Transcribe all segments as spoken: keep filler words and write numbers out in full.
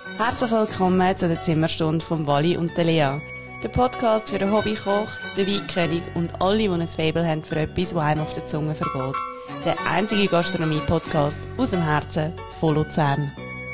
Herzlich willkommen zu der Zimmerstunde von Wally und der Lea. Der Podcast für den Hobbykoch, den Weinkönig und alle, die ein Faible haben für etwas, das einem auf der Zunge vergeht. Der einzige Gastronomie-Podcast aus dem Herzen von Luzern.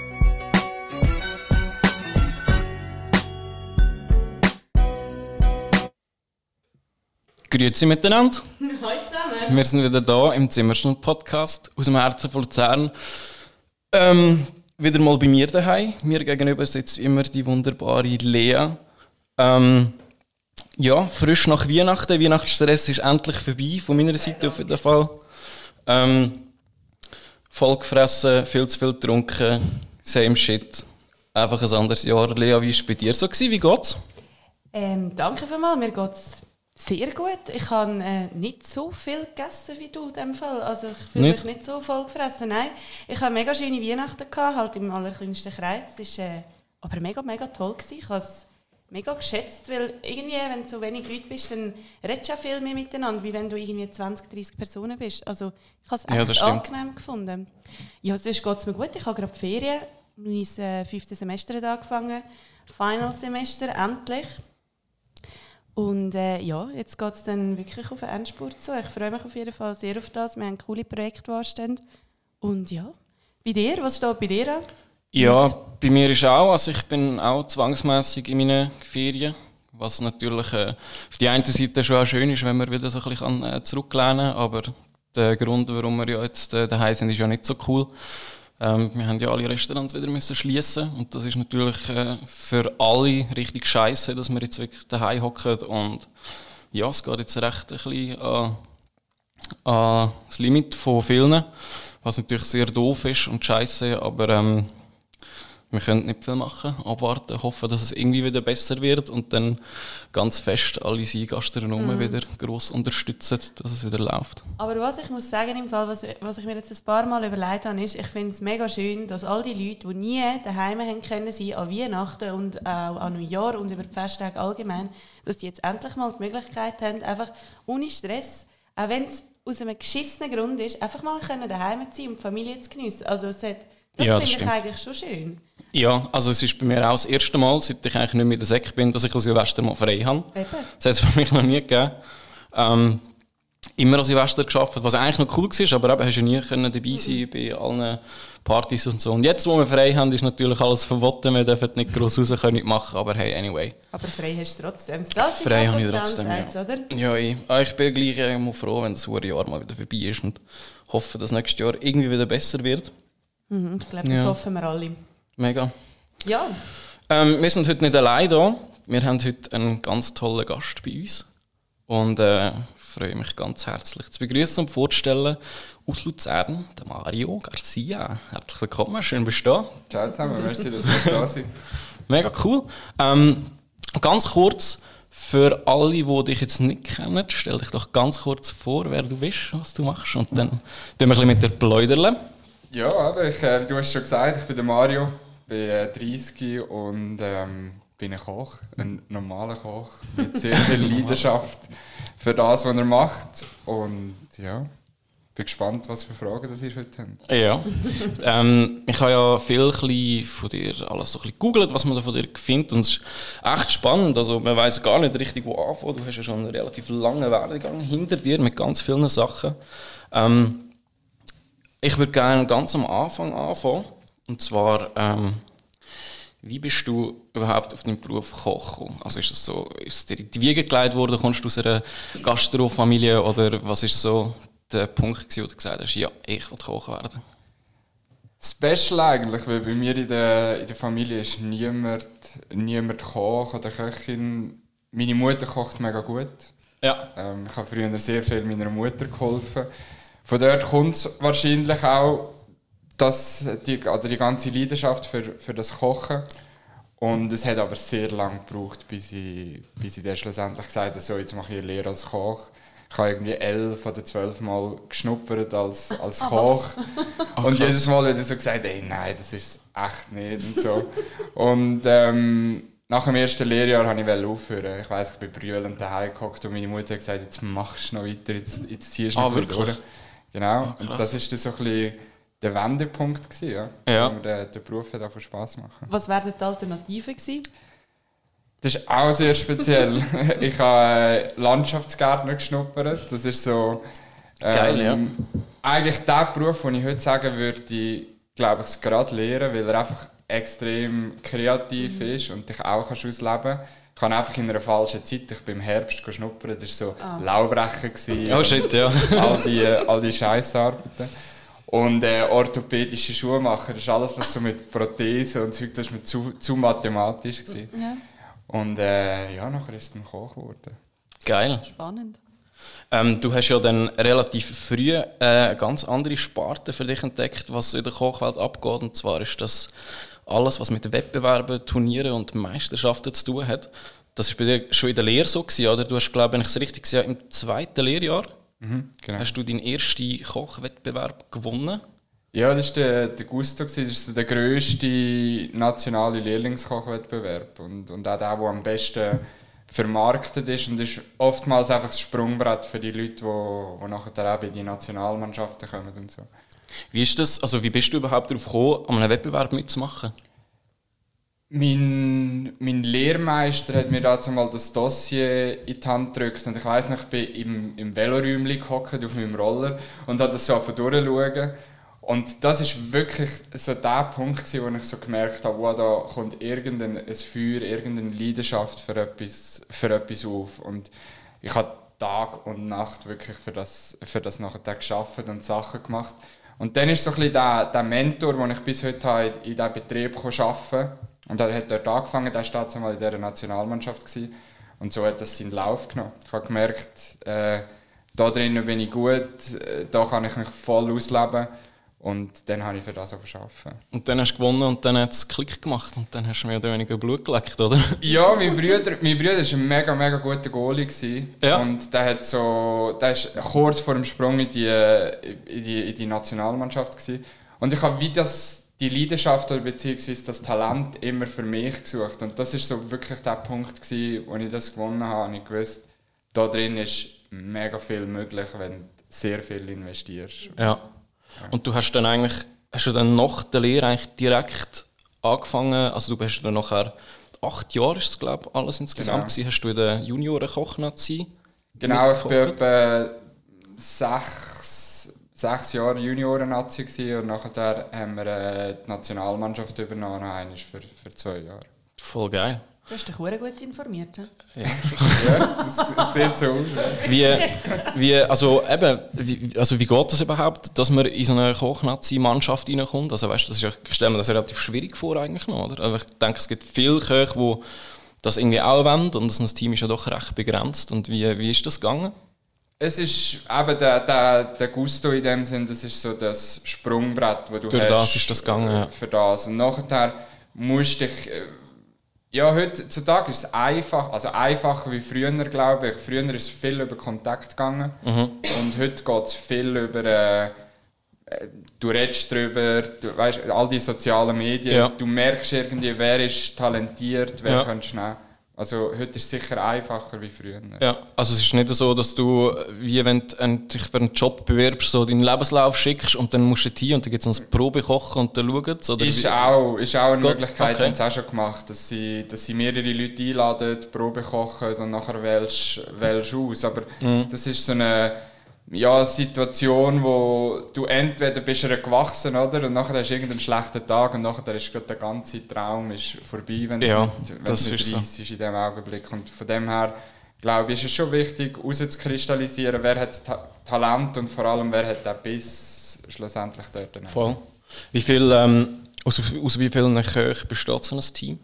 Grüezi miteinander. Hallo zusammen. Wir sind wieder da im Zimmerstunde-Podcast aus dem Herzen von Luzern. Ähm, wieder mal bei mir daheim. Mir gegenüber sitzt immer die wunderbare Lea. Ähm, ja, frisch nach Weihnachten. Weihnachtsstress ist endlich vorbei, von meiner Seite auf jeden Fall. Ähm, voll gefressen, viel zu viel getrunken, same shit. Einfach ein anderes Jahr. Lea, wie war es bei dir so? Wie geht's? Ähm, danke vielmals, mir geht's sehr gut. Ich habe äh, nicht so viel gegessen wie du in dem Fall. Also ich fühle mich nicht so voll gefressen. Nein, ich hatte mega schöne Weihnachten gehabt, halt im allerkleinsten Kreis. Es war äh, aber mega, mega toll gewesen. Ich habe es mega geschätzt, weil irgendwie, wenn du so wenig Leute bist, dann redest du auch viel mehr miteinander, wie wenn du irgendwie zwanzig, dreissig Personen bist. Also ich habe es echt ja, angenehm gefunden. Ja, sonst geht es mir gut. Ich habe gerade Ferien. Mein äh, fünftes Semester hat angefangen. Final-Semester, endlich. Und äh, ja, jetzt geht es dann wirklich auf den Endspurt zu. Ich freue mich auf jeden Fall sehr auf das. Wir haben coole Projekte, die anstehen. Und ja, bei dir, was steht bei dir an? Ja, bei mir ist auch, also ich bin auch zwangsmässig in meinen Ferien, was natürlich äh, auf die eine Seite schon auch schön ist, wenn man wieder so ein bisschen äh, zurücklehnen kann, aber der Grund, warum wir ja jetzt äh, daheim sind, ist ja nicht so cool. Ähm, wir haben ja alle Restaurants wieder müssen schließen und das ist natürlich äh, für alle richtig scheiße, dass wir jetzt wirklich daheim hocken und ja, es geht jetzt recht ein bisschen an, an das Limit von vielen, was natürlich sehr doof ist und scheiße, aber ähm, wir können nicht viel machen, abwarten, hoffen, dass es irgendwie wieder besser wird und dann ganz fest alle unsere Gastronomen mhm. wieder gross unterstützen, dass es wieder läuft. Aber was ich muss sagen, im Fall, was, was ich mir jetzt ein paar Mal überlegt habe, ist, ich finde es mega schön, dass all die Leute, die nie daheim haben können sein, an Weihnachten und auch an Neujahr und über die Festtage allgemein, dass die jetzt endlich mal die Möglichkeit haben, einfach ohne Stress, auch wenn es aus einem geschissenen Grund ist, einfach mal können daheim zu sein und die Familie zu geniessen. Also es hat, das ja, finde ich stimmt. eigentlich schon schön. Ja, also es ist bei mir auch das erste Mal, seit ich eigentlich nicht mehr in der Sek bin, dass ich an Silvester mal frei habe. Eben. Das hat es für mich noch nie gegeben. Ähm, immer an Silvester gearbeitet, was eigentlich noch cool war, aber eben hast du ja nie können dabei sein mhm. bei allen Partys und so. Und jetzt, wo wir frei haben, ist natürlich alles verboten, wir dürfen nicht gross raus können machen, aber hey, anyway. Aber frei hast du trotzdem. Das frei habe ich trotzdem, Zeit, ja. Oder? Ja, ich, ich bin gleich immer froh, wenn das Jahr mal wieder vorbei ist und hoffe, dass nächstes Jahr irgendwie wieder besser wird. Mhm, ich glaube, das ja. hoffen wir alle. Mega. Ja. Ähm, wir sind heute nicht allein da. Wir haben heute einen ganz tollen Gast bei uns. Und äh, ich freue mich ganz herzlich zu begrüßen und vorzustellen aus Luzern, der Mario Garcia. Herzlich willkommen, schön bist du da. Ciao zusammen, merci, dass wir da sind. Mega cool. Ähm, ganz kurz, für alle, die dich jetzt nicht kennen, stell dich doch ganz kurz vor, wer du bist, was du machst. Und dann tun wir ein bisschen mit dir plaudern. Ja, aber ich, äh, du hast schon gesagt, ich bin der Mario, bin äh, dreißig und ähm, bin ein Koch, ein normaler Koch mit sehr viel Leidenschaft für das, was er macht. Und ja, bin gespannt, was für Fragen das ihr heute habt. Ja, ähm, ich habe ja viel von dir alles so ein bisschen gegoogelt, was man da von dir findet und es ist echt spannend. Also man weiss gar nicht richtig, wo anfangen. Du hast ja schon einen relativ langen Werdegang hinter dir mit ganz vielen Sachen. Ähm, Ich würde gerne ganz am Anfang anfangen. Und zwar, ähm, wie bist du überhaupt auf deinen Beruf Koch gekommen? Also ist es so, ist es dir in die Wiege gelegt worden, kommst du aus einer Gastrofamilie oder was ist so der Punkt, wo du gesagt hast, ja, ich will Koch werden? Special eigentlich, weil bei mir in der, in der Familie ist niemand, niemand Koch oder Köchin. Meine Mutter kocht mega gut. Ja. Ähm, ich habe früher sehr viel meiner Mutter geholfen. Von dort kommt es wahrscheinlich auch dass die, also die ganze Leidenschaft für, für das Kochen. Und es hat aber sehr lange gebraucht, bis ich, bis ich dann schlussendlich gesagt habe, so, jetzt mache ich eine Lehre als Koch. Ich habe irgendwie elf oder zwölf Mal geschnuppert als, als Koch. Oh, und jedes Mal wird so gesagt, ey, nein, das ist echt nicht. Und, so. und ähm, nach dem ersten Lehrjahr wollte ich aufhören. Ich weiss, ich bin brüllend daheim gehockt und meine Mutter hat gesagt, jetzt machst du noch weiter, jetzt, jetzt ziehst du noch ah, durch. Genau, ah, und das war so ein bisschen der Wendepunkt gewesen, ja. Ja. Wo mir der, der Beruf hat auch Spass machen. Was wären die Alternativen gewesen? Das ist auch sehr speziell. Ich habe Landschaftsgärtner geschnuppert. Das ist so ähm, Geil, ja. eigentlich der Beruf, den ich heute sagen würde, glaube ich, gerade lehren, weil er einfach extrem kreativ mhm. ist und dich auch kannst ausleben. Ich habe einfach in einer falschen Zeit, ich bin im Herbst geschnuppert, das war so ah. Laubrechen. Oh shit, ja. all die, all die Scheissarbeiten. Und äh, orthopädische Schuhe machen, das ist alles, was so mit Prothesen und Zeug, das war mir zu, zu mathematisch gewesen. Ja. Und äh, ja, nachher ist es dann Koch geworden. Geil. Spannend. Ähm, du hast ja dann relativ früh äh, eine ganz andere Sparte für dich entdeckt, was in der Kochwelt abgeht. Und zwar ist das alles, was mit Wettbewerben, Turnieren und Meisterschaften zu tun hat. Das war bei dir schon in der Lehre so gewesen, oder? Du hast, glaube ich, wenn ich es richtig sehe, im zweiten Lehrjahr mhm, genau. hast du deinen ersten Kochwettbewerb gewonnen. Ja, das war der, der Gusto, das ist der grösste nationale Lehrlingskochwettbewerb und, und auch der, der am besten vermarktet ist und ist oftmals einfach das Sprungbrett für die Leute, die, die nachher auch in die Nationalmannschaften kommen und so. Wie ist das, also wie bist du überhaupt darauf gekommen, an einem Wettbewerb mitzumachen? Mein, mein Lehrmeister hat mir dazu mal das Dossier in die Hand gedrückt und ich weiss noch, ich bin im, im Veloräumchen gehockt auf meinem Roller und habe das so durchschauen. Und das war wirklich so der Punkt, wo ich so gemerkt habe, wow, da kommt irgendein ein Feuer, irgendeine Leidenschaft für etwas, für etwas auf. Und ich habe Tag und Nacht wirklich für das, für das nachher gearbeitet und Sachen gemacht. Und dann ist so ein bisschen der, der Mentor, den ich bis heute habe, in diesem Betrieb arbeiten konnte. Und er hat dort angefangen, der war damals in dieser Nationalmannschaft gewesen. Und so hat das seinen Lauf genommen. Ich habe gemerkt, äh, da drinnen bin ich gut, äh, da kann ich mich voll ausleben. Und dann habe ich für das auch verschaffen. Und dann hast du gewonnen und dann hat es Klick gemacht und dann hast du mehr oder weniger Blut geleckt, oder? Ja, mein Bruder, mein Bruder war ein mega, mega guter Goalie. Ja. Und der hat so, der ist kurz vor dem Sprung in die, in die, in die Nationalmannschaft gewesen. Und ich habe wie das, die Leidenschaft oder beziehungsweise das Talent immer für mich gesucht. Und das war so wirklich der Punkt gewesen, wo ich das gewonnen habe. Und ich wusste, da drin ist mega viel möglich, wenn du sehr viel investierst. Ja. Und du hast dann eigentlich, hast du dann nach der Lehre eigentlich direkt angefangen, also du hast dann nachher acht Jahre, ist es, glaube ich, alles insgesamt gewesen, hast du in der Junioren-Koch-Nazi Genau, ich war etwa sechs, sechs Jahre Junioren-Nazi gewesen und nachher haben wir äh, die Nationalmannschaft übernommen, einmal für, für zwei Jahre. Voll geil. Du hast dich sehr gut informiert. Ja, ja das, das sieht so aus. Wie, wie, also eben, wie, also wie geht das überhaupt, dass man in so eine Koch-Nazi-Mannschaft reinkommt? Also weißt, das ist ja, ich stelle mir das relativ schwierig vor eigentlich noch, oder? Also ich denke, es gibt viele Köche, die das irgendwie auch wollen und das Team ist ja doch recht begrenzt. Und wie, wie ist das gegangen? Es ist eben der, der, der Gusto in dem Sinn, das ist so das Sprungbrett, das du Durch hast. Durch das ist das gegangen, ja. Für das. Und nachher musst du dich... Ja, heutzutage ist es einfach, also einfacher wie früher, glaube ich. Früher ist es viel über Kontakt gegangen mhm. und heute geht es viel über, äh, du redest darüber, du, weißt, all die sozialen Medien, ja. Du merkst irgendwie, wer ist talentiert, wer ja. kannst du nehmen. Also heute ist es sicher einfacher wie früher. Ja, also es ist nicht so, dass du, wie wenn du dich für einen Job bewirbst, so deinen Lebenslauf schickst und dann musst du hin und dann gibt es ein Probekochen und dann schauen sie, oder ist, auch, ist auch eine Gott, Möglichkeit, okay. haben sie auch schon gemacht, dass sie, dass sie mehrere Leute einladen, Probe kochen und nachher wählst du aus. Aber mhm. das ist so eine ja, Situation, wo du entweder bist du gewachsen, oder? Und nachher hast du irgendeinen schlechten Tag und nachher ist gerade der ganze Traum ist vorbei, wenn ja, es nicht, wenn es nicht so. ist in diesem Augenblick. Und von dem her, glaube ich, ist es schon wichtig, herauszukristallisieren, wer hat das Ta- Talent und vor allem, wer hat den Biss schlussendlich dort. Voll. Wie viel, ähm, aus, aus wie vielen Köchen besteht so ein Team?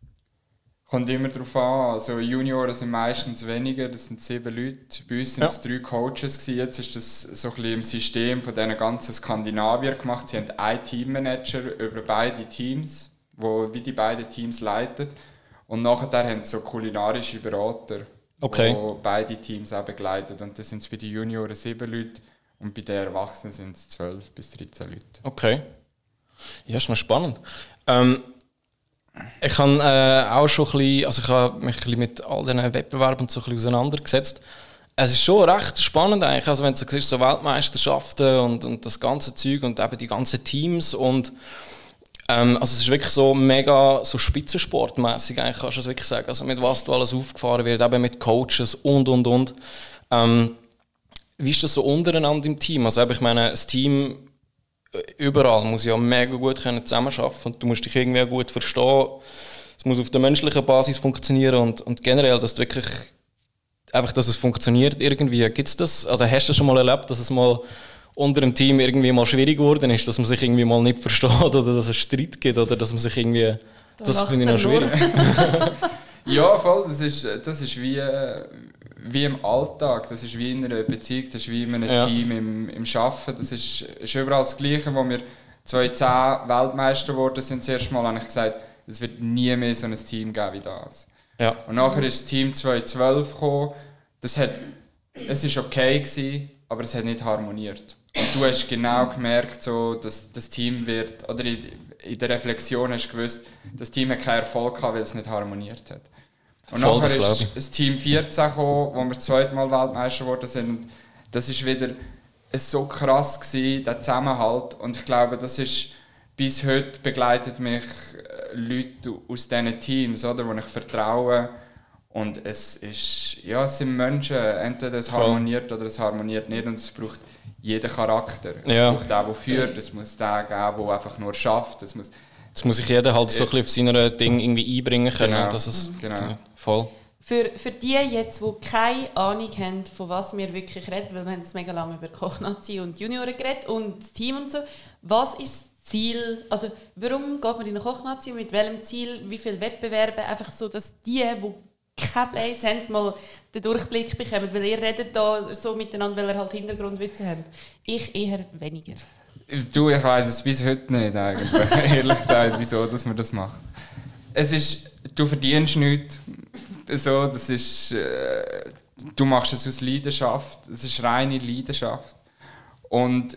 Kommt immer darauf an. Also Junioren sind meistens weniger, das sind sieben Leute. Bei uns sind es ja. drei Coaches gewesen. Jetzt ist das so ein bisschen im System von diesen ganzen Skandinavier gemacht. Sie haben einen Teammanager über beide Teams, wo wie die beiden Teams leitet. Und nachher haben sie so kulinarische Berater, okay. die beide Teams auch begleiten. Und das sind bei den Junioren sieben Leute und bei den Erwachsenen sind es zwölf bis dreizehn Leute. Okay. Ja, ist noch spannend. Ähm, Ich habe äh, auch schon ein bisschen, also ich habe mich ein bisschen mit all diesen Wettbewerben so ein bisschen auseinandergesetzt. Es ist schon recht spannend eigentlich, also wenn du so siehst, so Weltmeisterschaften und, und das ganze Zeug und eben die ganzen Teams und ähm, also es ist wirklich so mega so spitzensportmäßig eigentlich, kannst du das wirklich sagen, also mit was da alles aufgefahren wird, eben mit Coaches und und und. Ähm, wie ist das so untereinander im Team? Also ich meine, das Team überall muss ja mega gut können zusammenarbeiten und du musst dich irgendwie gut verstehen, es muss auf der menschlichen Basis funktionieren und, und generell, dass du wirklich einfach, dass es funktioniert irgendwie. Gibt's das? Also hast du schon mal erlebt, dass es mal unter einem Team irgendwie mal schwierig geworden ist, dass man sich irgendwie mal nicht versteht oder dass es Streit gibt oder dass man sich irgendwie... Da das finde ich noch schwierig. Ja, voll. Das ist, das ist wie, wie im Alltag, das ist wie in einer Beziehung, das ist wie in einem ja. Team im, im Arbeiten. Das ist, ist überall das Gleiche. Als wir zweitausendzehn Weltmeister geworden sind, das erste Mal habe ich gesagt, es wird nie mehr so ein Team geben wie das. Ja. Und nachher ist das Team zweitausendzwölf gekommen. Das hat, es war okay gewesen, aber es hat nicht harmoniert. Und du hast genau gemerkt, so, dass das Team wird, oder in, in der Reflexion hast du gewusst, das Team hat keinen Erfolg gehabt, weil es nicht harmoniert hat. Und Voll, nachher ist das Team vierzehn gekommen, wo wir das zweite Mal Weltmeister geworden sind. Und das war wieder so krass gewesen, der Zusammenhalt. Und ich glaube, das ist bis heute begleitet mich Leute aus diesen Teams, oder, wo ich vertraue. Und es, ist, ja, es sind Menschen, entweder es harmoniert oder es harmoniert nicht. Und es braucht jeden Charakter. Ja. Es braucht den, der führt, es muss den geben, der einfach nur schafft. Es muss, es muss sich jeder halt so ein bisschen auf seine Ding irgendwie einbringen können. Genau. Dass es genau. Voll. Für, für die jetzt, die keine Ahnung haben, von was wir wirklich reden, weil wir haben jetzt mega lange über Koch-Nazi und Junioren geredet und das Team und so, was ist das Ziel, also warum geht man in eine Koch-Nazi, mit welchem Ziel, wie viele Wettbewerbe, einfach so, dass die, die keine Plays haben, mal den Durchblick bekommen, weil ihr redet da so miteinander, weil ihr halt Hintergrundwissen habt. Ich eher weniger. Du, ich weiss es bis heute nicht eigentlich, ehrlich gesagt, wieso dass man das macht. Es ist, du verdienst nichts, so, das ist, äh, du machst es aus Leidenschaft, es ist reine Leidenschaft. Und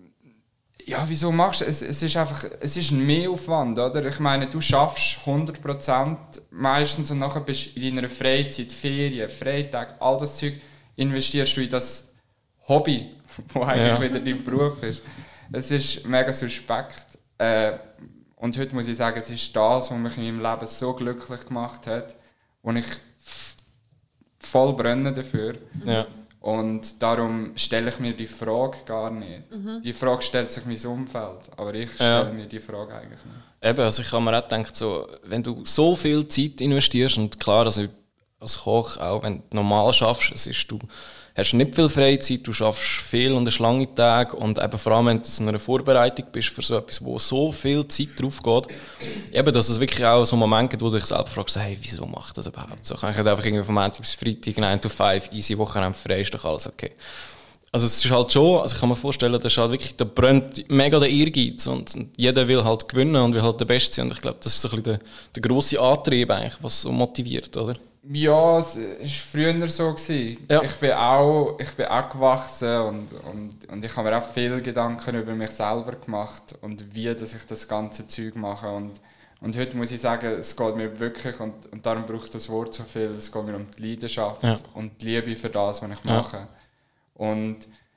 ja, wieso machst du es? Es ist einfach, es ist ein Mehraufwand, oder? Ich meine, du schaffst hundert Prozent meistens und nachher bist du in deiner Freizeit, Ferien, Freitag, all das Zeug, investierst du in das Hobby, das eigentlich ja. wieder dein Beruf ist. Es ist mega suspekt. Äh, und heute muss ich sagen, es ist das, was mich in meinem Leben so glücklich gemacht hat, wo ich f- voll brenne dafür. Ja. Und darum stelle ich mir die Frage gar nicht. Mhm. Die Frage stellt sich mein Umfeld, aber ich stelle ja. mir die Frage eigentlich nicht. Eben, also ich habe mir auch gedacht, so, wenn du so viel Zeit investierst, und klar, also als Koch, auch wenn du normal schaffst, es ist, du hast nicht viel Freizeit, du schaffst viel und hast lange Tage und eben vor allem, wenn du in einer Vorbereitung bist für so etwas, wo so viel Zeit drauf geht, eben, dass es wirklich auch so Momente gibt, wo du dich selbst fragst, hey, wieso macht das überhaupt so? Kann ich einfach irgendwie vom Montag bis Freitag nine to five, easy Wochenende frei, ist doch alles okay. Also es ist halt schon, also ich kann mir vorstellen, das ist halt wirklich, da brennt mega der Ehrgeiz und, und jeder will halt gewinnen und will halt der Beste sein und ich glaube, das ist so ein bisschen der, der grosse Antrieb eigentlich, was so motiviert, oder? Ja, es war früher so. Ja. Ich bin auch, ich bin auch gewachsen und, und, und ich habe mir auch viele Gedanken über mich selber gemacht und wie dass ich das ganze Zeug mache. Und, und heute muss ich sagen, es geht mir wirklich, und, und darum braucht das Wort so viel, es geht mir um die Leidenschaft ja. und die Liebe für das, was ich mache. Ja. Und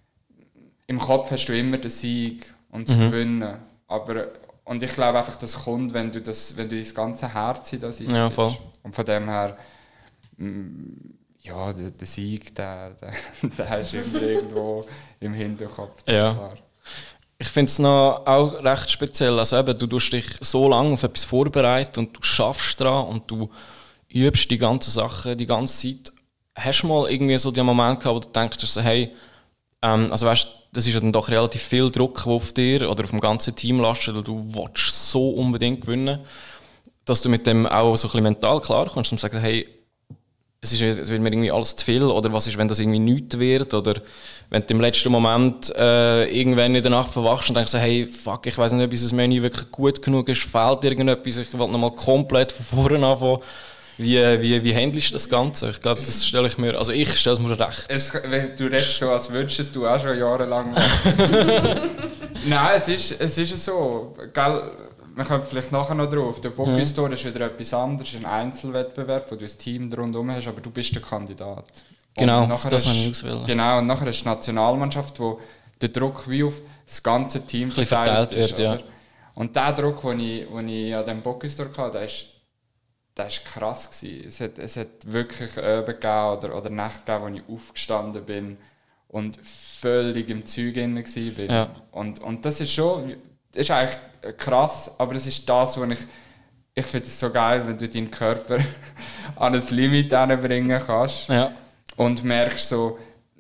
im Kopf hast du immer den Sieg und das mhm. Gewinnen. Aber, und ich glaube einfach, das kommt, wenn du, das, wenn du dein ganze Herz in das einstellst. Ja, voll. Und von dem her, ja, der, der Sieg, der, der, der hast du immer irgendwo im Hinterkopf. Ja. Klar. Ich finde es noch auch recht speziell. Also eben, du tust dich so lange auf etwas vorbereiten und du schaffst daran und du übst die ganzen Sachen die ganze Zeit. Hast du mal irgendwie so den Moment gehabt, wo du denkst, so, hey, ähm, also weißt, das ist ja dann doch relativ viel Druck, der auf dir oder auf dem ganzen Team lastet und du willst so unbedingt gewinnen, dass du mit dem auch so ein bisschen mental klarkommst und sagst, hey, es, ist, es wird mir irgendwie alles zu viel, oder was ist, wenn das irgendwie nichts wird, oder wenn du im letzten Moment äh, irgendwann in der Nacht verwachst und denkst, hey, fuck, ich weiss nicht, ob unser Menü wirklich gut genug ist, fehlt irgendetwas, ich will nochmal komplett von vorne anfangen. Wie, wie, wie handelst du das Ganze? Ich glaube, das stelle ich mir, also ich stelle es mir recht. Es, du redest so, als würdest du auch schon jahrelang machen. Nein, es ist, es ist so. Gell? Wir kommen vielleicht nachher noch drauf. Der Poppy Store ist wieder etwas anderes, ein Einzelwettbewerb, wo du ein Team rundherum hast, aber du bist der Kandidat. Genau, das habe ich auswählen. Genau, und nachher ist die Nationalmannschaft, wo der Druck wie auf das ganze Team verteilt wird. Ja. Und der Druck, den ich, den ich an diesem Bocuse d'Or hatte, der ist, der ist krass gewesen. Es hat, es hat wirklich Abende gegeben oder, oder Nächte gegeben, wo ich aufgestanden bin und völlig im Zeug drin war. Ja. Und, und das ist schon, ist eigentlich krass, aber es ist das, was ich, ich finde es so geil, wenn du deinen Körper an ein Limit bringen kannst. Ja. Und merkst so,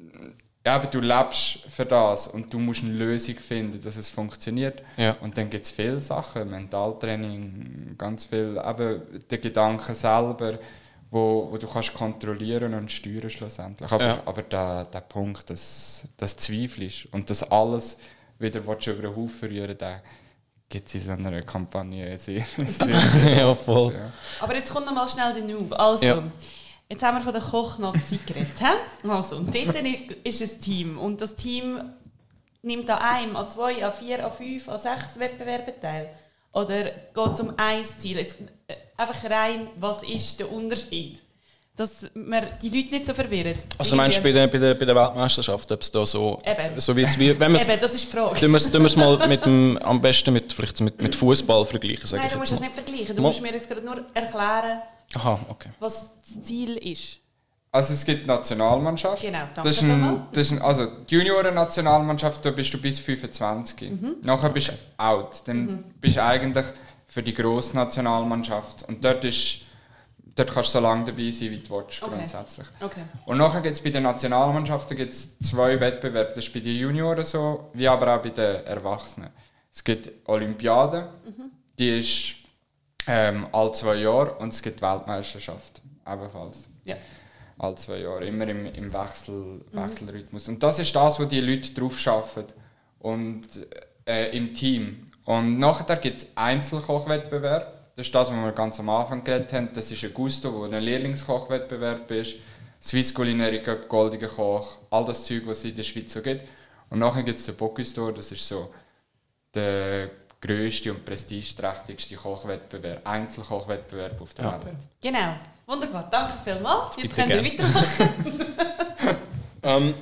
ja, aber du lebst für das und du musst eine Lösung finden, dass es funktioniert. Ja. Und dann gibt es viele Sachen, Mentaltraining, ganz viel, eben der Gedanke selber, wo, wo du kannst kontrollieren und steuern schlussendlich. Aber, Ja. aber der, der Punkt, dass das zweifelst und das alles wieder über den Haufen rühren, den gibt es in so einer Kampagne sehr, sehr ja, voll. Ja. Aber jetzt kommt noch mal schnell der Noob. Also, Ja. Jetzt haben wir von der Kochnazi geredet. He? Also, und dort ist ein Team. Und das Team nimmt an einem, an zwei, an vier, an fünf, an sechs Wettbewerben teil. Oder geht es um ein Ziel? Jetzt, äh, einfach rein, was ist der Unterschied? Dass man die Leute nicht so verwirren. Also meinst du bei der, bei der, bei der Weltmeisterschaft, ob es da so, Eben. so wie, wie wenn Eben, das ist die Frage. Tun wir es mal mit dem, am besten mit, vielleicht mit, mit Fußball vergleichen, sage Nein, ich du musst jetzt es mal. nicht vergleichen. Du Mal. musst mir jetzt gerade nur erklären, Aha, okay. was das Ziel ist. Also es gibt die Nationalmannschaft. Genau, danke das ist ein, vielmals. das ist ein, also die Junioren-Nationalmannschaft, da bist du bis fünfundzwanzig. Mhm. Nachher bist du out. Dann Mhm. bist du eigentlich für die grosse Nationalmannschaft. Und dort, ist, dort kannst du so lange dabei sein, wie du willst, Okay. grundsätzlich. Okay. Und nachher gibt es bei den Nationalmannschaften gibt's zwei Wettbewerbe. Das ist bei den Junioren so, wie aber auch bei den Erwachsenen. Es gibt Olympiade, Mhm. die ist ähm, alle zwei Jahre, und es gibt die Weltmeisterschaft, ebenfalls. Ja. Alle zwei Jahre, immer im, im Wechsel, Wechselrhythmus. Und das ist das, wo die Leute drauf arbeiten. Und äh, im Team. Und nachher gibt es Einzelkochwettbewerb. Das ist das, was wir ganz am Anfang geredet haben. Das ist ein Gusto, wo ein Lehrlingskochwettbewerb ist. Swiss Culinary Cup, Goldiger Koch, all das Zeug, was es in der Schweiz so gibt. Und nachher gibt es den Bocuse d'Or, das ist so der grösste und prestigeträchtigste Kochwettbewerb, Einzelkochwettbewerb auf der Ja. Welt. Genau. Wunderbar. Danke vielmals. Jetzt Bitte können wir gerne. weitermachen. Ähm,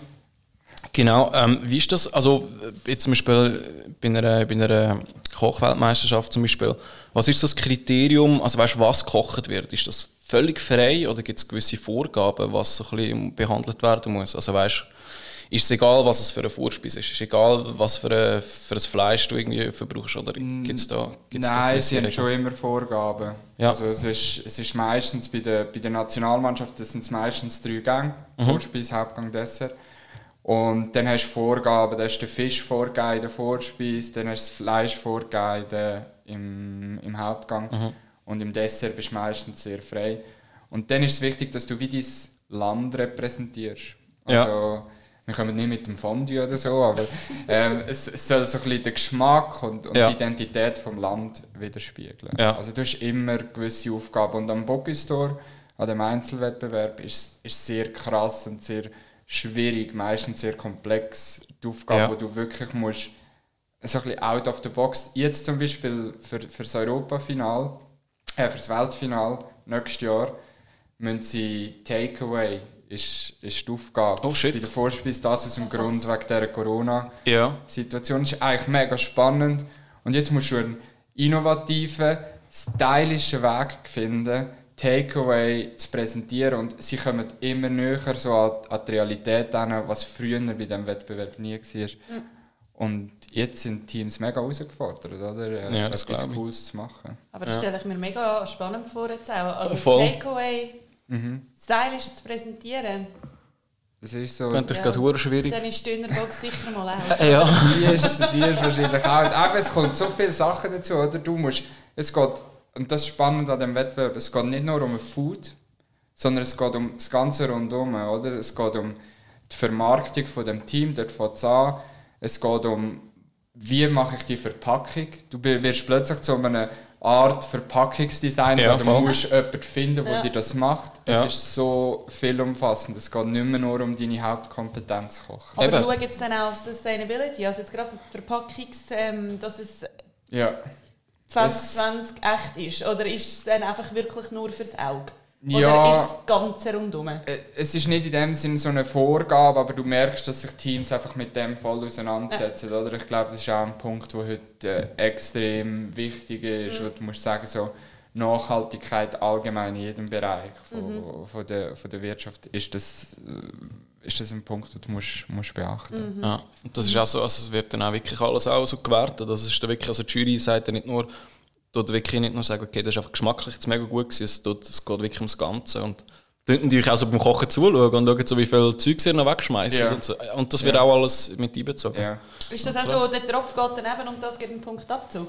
genau, ähm, wie ist das? Also jetzt zum Beispiel bei einer, bei einer Kochweltmeisterschaft zum Beispiel, was ist das Kriterium, also weißt, was gekocht wird? Ist das völlig frei oder gibt es gewisse Vorgaben, was so ein bisschen behandelt werden muss? Also weißt, ist es egal, was es für eine Vorspeise ist? Ist es egal, was für ein, für ein Fleisch du irgendwie verbrauchst? Oder gibt's da, gibt's da Nein, gewisse sie haben Regeln? schon immer Vorgaben. Ja. Also es ist, es ist meistens bei der, bei der Nationalmannschaft, das sind meistens drei Gänge, Mhm. Vorspeise, Hauptgang, Dessert. Und dann hast du Vorgaben, da ist der Fisch vorgegeben in der Vorspeise, dann hast du das Fleisch vorgegeben in der- im, im Hauptgang Mhm. und im Dessert bist du meistens sehr frei. Und dann ist es wichtig, dass du wie dein Land repräsentierst. Ja. Also, wir kommen nicht mit dem Fondue oder so, aber ähm, es, es soll so ein bisschen den Geschmack und, und Ja. die Identität des Landes widerspiegeln. Ja. Also du hast immer gewisse Aufgaben. Und am Bocuse d'Or, an dem Einzelwettbewerb, ist es sehr krass und sehr schwierig, meistens sehr komplex. Die Aufgabe, Ja. wo du wirklich musst, so ein bisschen out of the box. Jetzt zum Beispiel für, für das Europafinal, äh, für das Weltfinal nächstes Jahr, müssen sie Takeaway ist, ist die Aufgabe. Oh, shit. Bei der Vorspeise das aus dem Ach, Grund was? wegen dieser Corona-Situation. Ja. Das ist eigentlich mega spannend. Und jetzt musst du einen innovativen, stylischen Weg finden, Takeaway zu präsentieren. Und sie kommen immer näher so an, an die Realität an, was früher bei diesem Wettbewerb nie war. Mhm. Und jetzt sind Teams mega herausgefordert, oder? Äh, Ja, das etwas glaub ich. Cooles zu machen. Aber das Ja. stelle ich mir mega spannend vor jetzt auch. Also Voll. Takeaway Mhm. stylisch zu präsentieren, Das ist so. Fände ich Ja. gerade hure schwierig. dann ist die Dönerbox sicher mal auch. Ja. Die ist, die ist wahrscheinlich auch. Aber es kommt so viele Sachen dazu, oder? Du musst, es geht, und das ist spannend an diesem Wettbewerb, es geht nicht nur um Food, sondern es geht um das Ganze rundum, oder? Es geht um die Vermarktung von dem Team, dort fängt es an. Es geht um, wie mache ich die Verpackung. Du wirst plötzlich zu einer Art Verpackungsdesigner, Ja, oder voll. du musst jemanden finden, der Ja. dir das macht. Ja. Es ist so vielumfassend. Es geht nicht mehr nur um deine Hauptkompetenz kochen. Aber Eben. schauen jetzt dann auch auf Sustainability, also jetzt gerade Verpackungs, ähm, dass es Ja. zwanzig zwanzig echt ist, oder ist es dann einfach wirklich nur fürs Auge? Oder ja, ist es das Ganze rundherum? Es ist nicht in dem Sinne so eine Vorgabe, aber du merkst, dass sich Teams einfach mit dem voll auseinandersetzen. Ja. Oder? Ich glaube, das ist auch ein Punkt, der heute äh, extrem wichtig ist. Mhm. Du musst sagen, so Nachhaltigkeit allgemein in jedem Bereich von, mhm. von, der, von der Wirtschaft ist das, ist das ein Punkt, den du musst, musst beachten. Mhm. Ja, und das ist auch so, also es wird dann auch wirklich alles auch so gewertet. Das ist dann wirklich, also die Jury sagt ja nicht nur, dort wirklich nicht nur sagen, okay, das ist einfach geschmacklich jetzt mega gut gewesen, es, tut, es geht wirklich ums Ganze. Und dort natürlich auch so beim Kochen zuschauen und schauen, so, wie viel Zeug sie noch wegschmeißen. Ja. Und, so. Und das wird ja. auch alles mit einbezogen. Ja. Ist das auch so, der Tropf geht daneben und das gibt einen Punktabzug?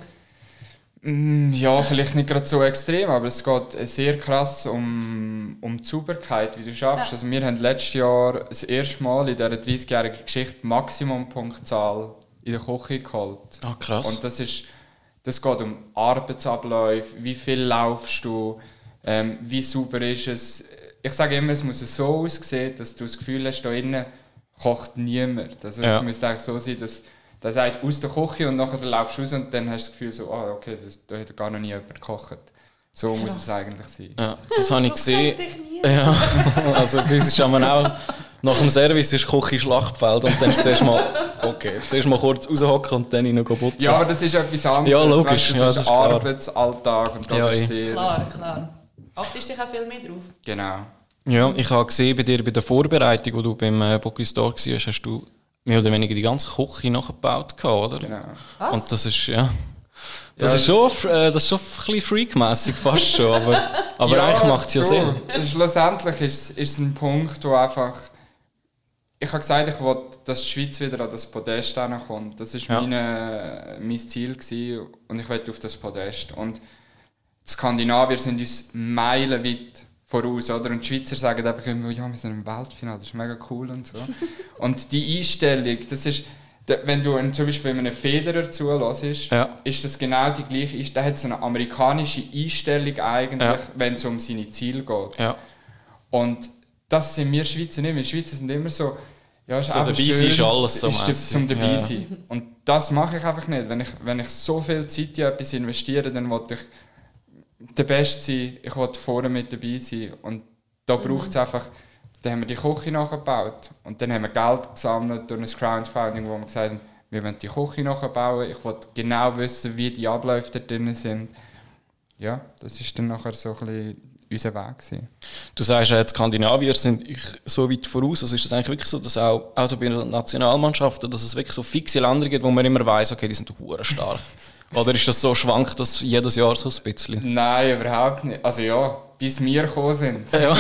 Ja, vielleicht nicht gerade so extrem, aber es geht sehr krass um, um die Sauberkeit, wie du schaffst. Ja. Also wir haben letztes Jahr das erste Mal in dieser dreißigjährigen Geschichte die Maximumpunktzahl in der Küche geholt. Ah, krass. Und das ist, das geht um Arbeitsabläufe, wie viel laufst du, ähm, wie sauber ist es. Ich sage immer, es muss so aussehen, dass du das Gefühl hast, da innen kocht niemand. Also ja. Es müsste eigentlich so sein, dass der sagt aus der Küche und nachher laufst du raus und dann hast du das Gefühl so, ah, okay, das, da hat gar noch nie jemand gekocht. So Krass. Muss es eigentlich sein. Ja, das habe ich gesehen. Ja, also bei uns ist auch nach dem Service ist die Küche Schlachtfeld und dann ist zuerst mal, okay, zuerst mal kurz raushocken und dann noch putzen. Ja, aber das ist etwas anderes. Ja, logisch. Das, ja, das ist ist Arbeitsalltag und da ja, ist sehr... Klar, klar. Achtest dich auch viel mehr drauf? Genau. Ja, ich habe gesehen, bei dir bei der Vorbereitung, wo du beim äh, Bocuse d'Or warst, hast du mehr oder weniger die ganze Küche nachgebaut, oder? Genau. Was? Und das ist, ja... Das, ja, ist schon, äh, das ist schon ein bisschen freakmässig fast schon, aber, aber ja, eigentlich macht es ja Sinn. Schlussendlich ist es ein Punkt, wo einfach... Ich habe gesagt, ich will, dass die Schweiz wieder an das Podest kommt. Das war ja. meine, mein Ziel gewesen, und ich will auf das Podest. Und die Skandinavier sind uns meilenweit voraus, oder? Und die Schweizer sagen einfach immer, ja, wir sind im Weltfinale, das ist mega cool und so. Und die Einstellung, das ist... Wenn du zum Beispiel einem Federer zuhörst, ja. ist das genau die gleiche Einstellung. Der hat so eine amerikanische Einstellung eigentlich, ja. wenn es um seine Ziele geht. Ja. Und das sind wir Schweizer nicht. Wir Schweizer sind immer so, ja, ist so dabei schön, ist alles so ist das zum dabei sein. Ja. Und das mache ich einfach nicht. Wenn ich, wenn ich so viel Zeit in etwas investiere, dann will ich der Beste sein, ich will vorne mit dabei sein. Und da mhm. braucht es einfach... Dann haben wir die Küche nachgebaut und dann haben wir Geld gesammelt durch ein Crowdfunding, wo wir gesagt haben, wir wollen die Küche nachbauen, ich will genau wissen, wie die Abläufe da drin sind. Ja, das war dann nachher so ein bisschen unser Weg gewesen. Du sagst, die Skandinavier sind so weit voraus, also ist das eigentlich wirklich so, dass auch also bei den Nationalmannschaften, dass es wirklich so fixe Länder gibt, wo man immer weiss, okay, die sind hure stark. Oder ist das so schwankt das jedes Jahr so ein bisschen? Nein, überhaupt nicht. Also ja, bis wir gekommen sind. Ja.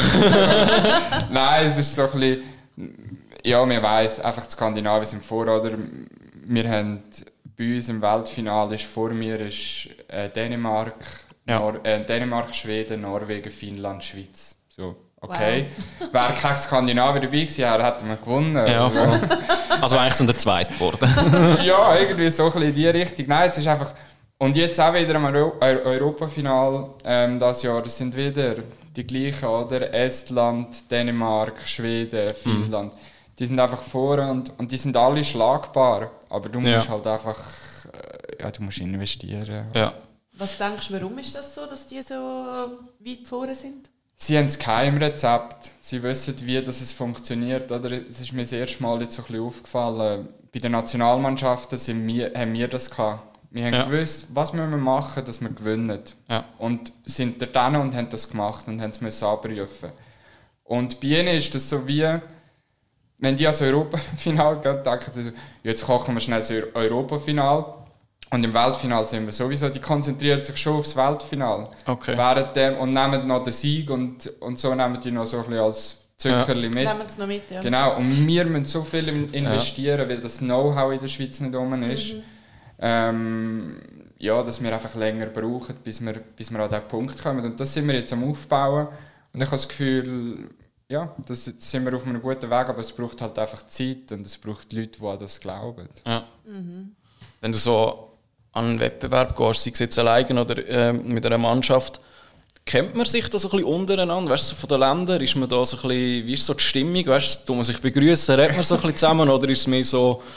Nein, es ist so ein bisschen... Ja, man weiss, einfach die Skandinavier sind vor, oder? Wir haben bei uns im Weltfinale ist vor mir ist äh, Dänemark, ja. Nor- äh, Dänemark, Schweden, Norwegen, Finnland, Schweiz. So, okay. Wow. Wäre kein Skandinavier dabei gewesen, hätten wir gewonnen. Ja, voll. Also eigentlich sind wir Zweite geworden. Ja, irgendwie so ein bisschen in die Richtung. Nein, es ist einfach... Und jetzt auch wieder am Euro- Europafinal ähm, dieses Jahr, das sind wieder die gleichen, oder? Estland, Dänemark, Schweden, Finnland. Mhm. Die sind einfach vorne und, und die sind alle schlagbar. Aber du musst ja. halt einfach... Äh, ja, du musst investieren. Ja. Was denkst du, warum ist das so, dass die so weit vorne sind? Sie haben das Geheimrezept. Sie wissen, wie das es funktioniert. Oder? Es ist mir das erste Mal jetzt so ein bisschen aufgefallen. Bei den Nationalmannschaften sind wir, haben wir das gehabt. Wir haben ja. gewusst, was müssen wir machen, dass wir gewinnen. Ja. Und sind da drin und haben das gemacht und haben es abrufen. Und bei ihnen ist das so wie, wenn die ans Europafinal gehen, denken sie, jetzt kochen wir schnell das Europafinal. Und im Weltfinal sind wir sowieso, die konzentrieren sich schon aufs Weltfinal. Okay. Während dem, und nehmen noch den Sieg und, und so nehmen die noch so ein bisschen als Zuckerli ja. mit. Nehmen es noch mit, ja. Genau, und wir müssen so viel investieren, ja. weil das Know-how in der Schweiz nicht rum ist. Mhm. Ähm, ja, dass wir einfach länger brauchen, bis wir, bis wir an diesen Punkt kommen. Und das sind wir jetzt am Aufbauen. Und ich habe das Gefühl, ja, das sind wir auf einem guten Weg, aber es braucht halt einfach Zeit und es braucht Leute, die an das glauben. Ja. Mhm. Wenn du so an einen Wettbewerb gehst, sei es jetzt alleine oder äh, mit einer Mannschaft, kennt man sich da so ein bisschen untereinander? Weißt du, von den Ländern, ist man da so ein bisschen, wie ist so die Stimmung? Weißt du, tut man sich begrüßen, redet man so ein bisschen zusammen oder ist es mehr so...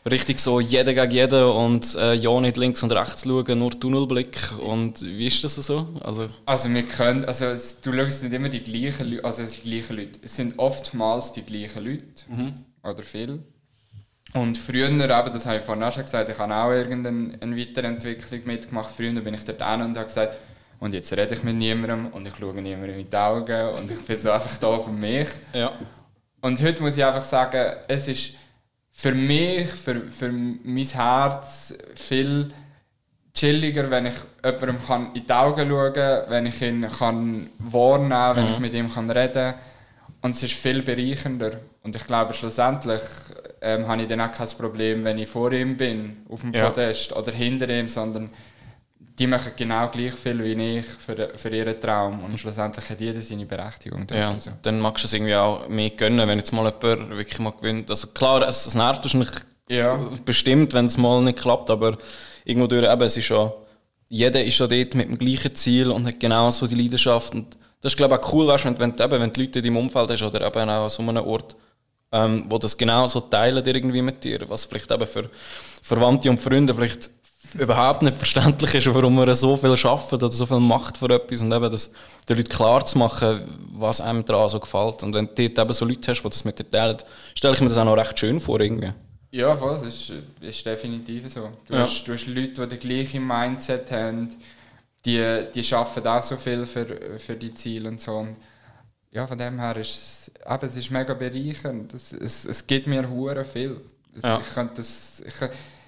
richtig so jeder gegen jeden und äh, ja nicht links und rechts schauen, nur Tunnelblick. Und wie ist das so? Also, also wir können, also es, du schaust nicht immer die gleichen Leute, also die gleichen Leute. Es sind oftmals die gleichen Leute, mhm. oder viel. Und früher, eben, das habe ich vorhin auch schon gesagt, ich habe auch irgendeine Weiterentwicklung mitgemacht. Früher bin ich dort hin und habe gesagt, und jetzt rede ich mit niemandem und ich schaue niemandem in die Augen und ich bin so einfach da für mich. Ja. Und heute muss ich einfach sagen, es ist für mich, für, für mein Herz viel chilliger, wenn ich jemandem kann in die Augen schauen kann, wenn ich ihn kann wahrnehmen kann, wenn mhm. ich mit ihm kann reden kann. Und es ist viel bereichernder. Und ich glaube, schlussendlich ähm, habe ich dann auch kein Problem, wenn ich vor ihm bin, auf dem ja. Podest oder hinter ihm, sondern die machen genau gleich viel wie ich für, für ihren Traum. Und schlussendlich hat jeder seine Berechtigung. Ja, also. Dann magst du es irgendwie auch mehr gönnen, wenn jetzt mal jemand wirklich mal gewinnt. Also klar, es, es nervt wahrscheinlich ja. bestimmt, wenn es mal nicht klappt, aber irgendwo durch, eben, es ist ja, jeder ist ja dort mit dem gleichen Ziel und hat genau so die Leidenschaft. Und das ist, glaube ich, auch cool, weißt, wenn, wenn, eben, wenn die Leute in deinem Umfeld hast oder eben auch an so einem Ort, ähm, wo das genau so teilen irgendwie mit dir, was vielleicht eben für Verwandte und Freunde vielleicht überhaupt nicht verständlich ist, warum man so viel arbeitet oder so viel macht für etwas und eben das den Leuten klar zu machen, was einem daran so gefällt. Und wenn du dort eben so Leute hast, die das mit dir teilen, stelle ich mir das auch noch recht schön vor irgendwie. Ja, voll, das ist, ist definitiv so. Du, ja. hast, du hast Leute, die das gleiche Mindset haben, die, die arbeiten auch so viel für, für die Ziele und so. Und ja, von dem her ist es, eben, es ist mega bereichernd. Es, es, es gibt mir hure viel. Ja. Ich könnte das... Ich,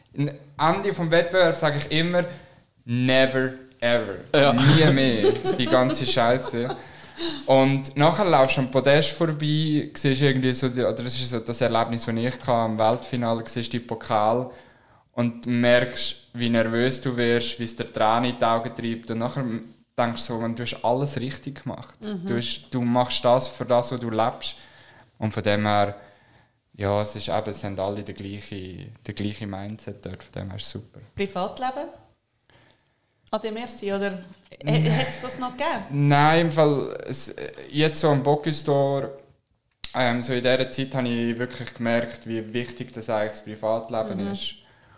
am Ende des Wettbewerbs sage ich immer never ever. Ja. Nie mehr. Die ganze Scheiße. Und nachher laufst du am Podest vorbei, siehst irgendwie so, oder das ist so das Erlebnis, das ich hatte am Weltfinale, siehst die Pokal und merkst, wie nervös du wirst, wie es dir Tränen in die Augen treibt. Und nachher denkst du so, du hast alles richtig gemacht. Mhm. Du, hast, du machst das für das, was du lebst. Und von dem her, ja, es ist eben, es sind alle der gleiche, der gleiche Mindset dort, von dem her ist es super. Privatleben? Ade merci, oder hätte es das noch gegeben? Nein, im Fall, es, jetzt so am Bocuse ähm, so in dieser Zeit habe ich wirklich gemerkt, wie wichtig das eigentlich das Privatleben mhm. ist.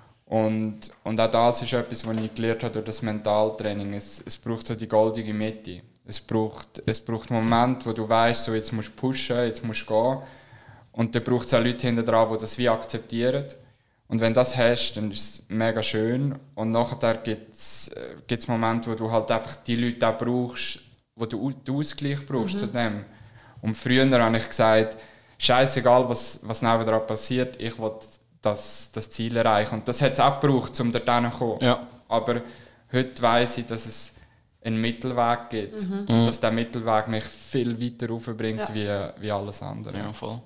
Und, und auch das ist etwas, was ich gelernt habe durch das Mentaltraining. Es, es braucht so die goldige Mitte. Es braucht, es braucht Momente, wo du weißt, so jetzt musst du pushen, jetzt musst du gehen. Und dann braucht es auch Leute hinter dran, die das wie akzeptieren. Und wenn du das hast, dann ist es mega schön. Und nachher gibt es äh, Momente, wo du halt einfach die Leute auch brauchst, wo du den Ausgleich brauchst mhm. zu dem. Und früher habe ich gesagt, scheißegal, was, was nebenan passiert, ich will das, das Ziel erreichen. Und das hat es auch gebraucht, um dorthin zu kommen. Ja. Aber heute weiss ich, dass es einen Mittelweg gibt. Mhm. Und dass der Mittelweg mich viel weiter raufbringt, ja. wie, wie alles andere. Ja, voll.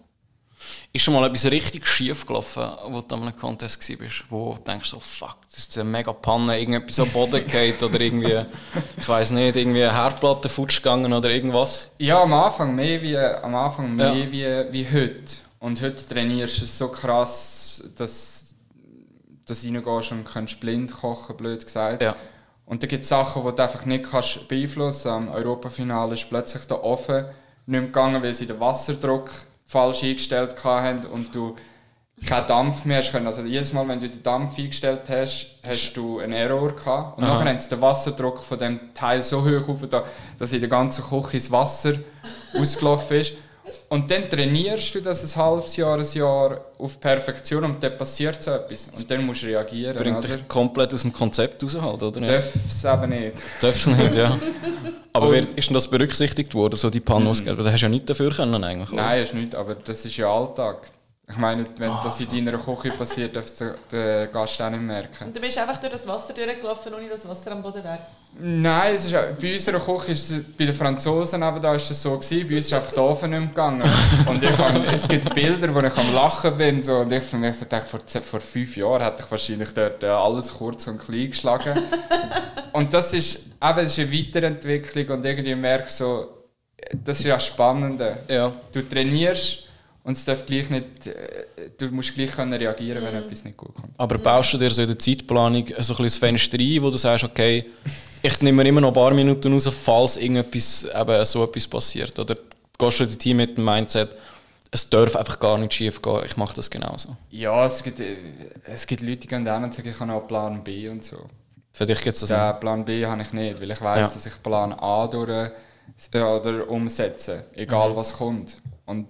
Ist schon mal etwas richtig schief gelaufen, wo du an einem Contest warst, wo du denkst, so fuck, das ist eine mega Panne, irgendetwas am Boden geht oder irgendwie, ich weiss nicht, irgendwie eine Herdplatte futsch gegangen oder irgendwas? Ja, am Anfang mehr wie, am Anfang mehr ja. wie, wie heute. Und heute trainierst du es so krass, dass du reingehst und kannst blind kochen, blöd gesagt. Ja. Und da gibt es Sachen, die du einfach nicht kannst beeinflussen kannst. Am Europafinale ist plötzlich der Ofen nicht mehr gegangen, weil sie den Wasserdruck falsch eingestellt hatten und du keinen Dampf mehr hast können. Also jedes Mal, wenn du den Dampf eingestellt hast, hast du einen Error gehabt. Und nachher haben sie den Wasserdruck von dem Teil so hoch auf, dass in der ganzen Küche das Wasser ausgelaufen ist. Und dann trainierst du das ein halbes Jahr, ein Jahr auf Perfektion und dann passiert so etwas. Und dann musst du reagieren. Bringt oder? dich komplett aus dem Konzept raus halt, oder? Darf es eben nicht. Darf es nicht, ja. Aber und, ist denn das berücksichtigt worden, so die Panos-Gelder? Mm. Da hast du ja nichts dafür können eigentlich, oder? Nein, hast nicht, aber das ist ja Alltag. Ich meine, wenn oh, das in deiner Küche passiert, darfst du den Gast auch nicht merken. Und du bist einfach durch das Wasser durchgelaufen, ohne dass Wasser am Boden wäre? Nein, es ist auch, bei unserer Küche, ist es, bei den Franzosen eben, da ist es so gewesen, bei uns ist einfach der Ofen nicht mehr gegangen. Und ich kann, es gibt Bilder, wo ich am Lachen bin. So, und ich für mich dachte, vor, vor fünf Jahren hätte ich wahrscheinlich dort alles kurz und klein geschlagen. Und das ist, eben, das ist eine Weiterentwicklung und irgendwie merke so, das ist ja spannend. Ja. Du trainierst, und es darf gleich nicht, du musst gleich können reagieren, wenn mm. etwas nicht gut kommt. Aber baust du dir so in der Zeitplanung so ein bisschen das Fenster ein, wo du sagst, okay, ich nehme mir immer noch ein paar Minuten raus, falls irgendetwas, eben so etwas passiert? Oder gehst du in dein Team mit dem Mindset, es darf einfach gar nicht schief gehen, ich mache das genauso. Ja, es gibt, es gibt Leute, die gehen dann und sagen, ich habe noch Plan B und so. Für dich gibt es das Den nicht? Plan B habe ich nicht, weil ich weiss, Ja. dass ich Plan A durch, äh, oder umsetze, egal mhm. was kommt. Und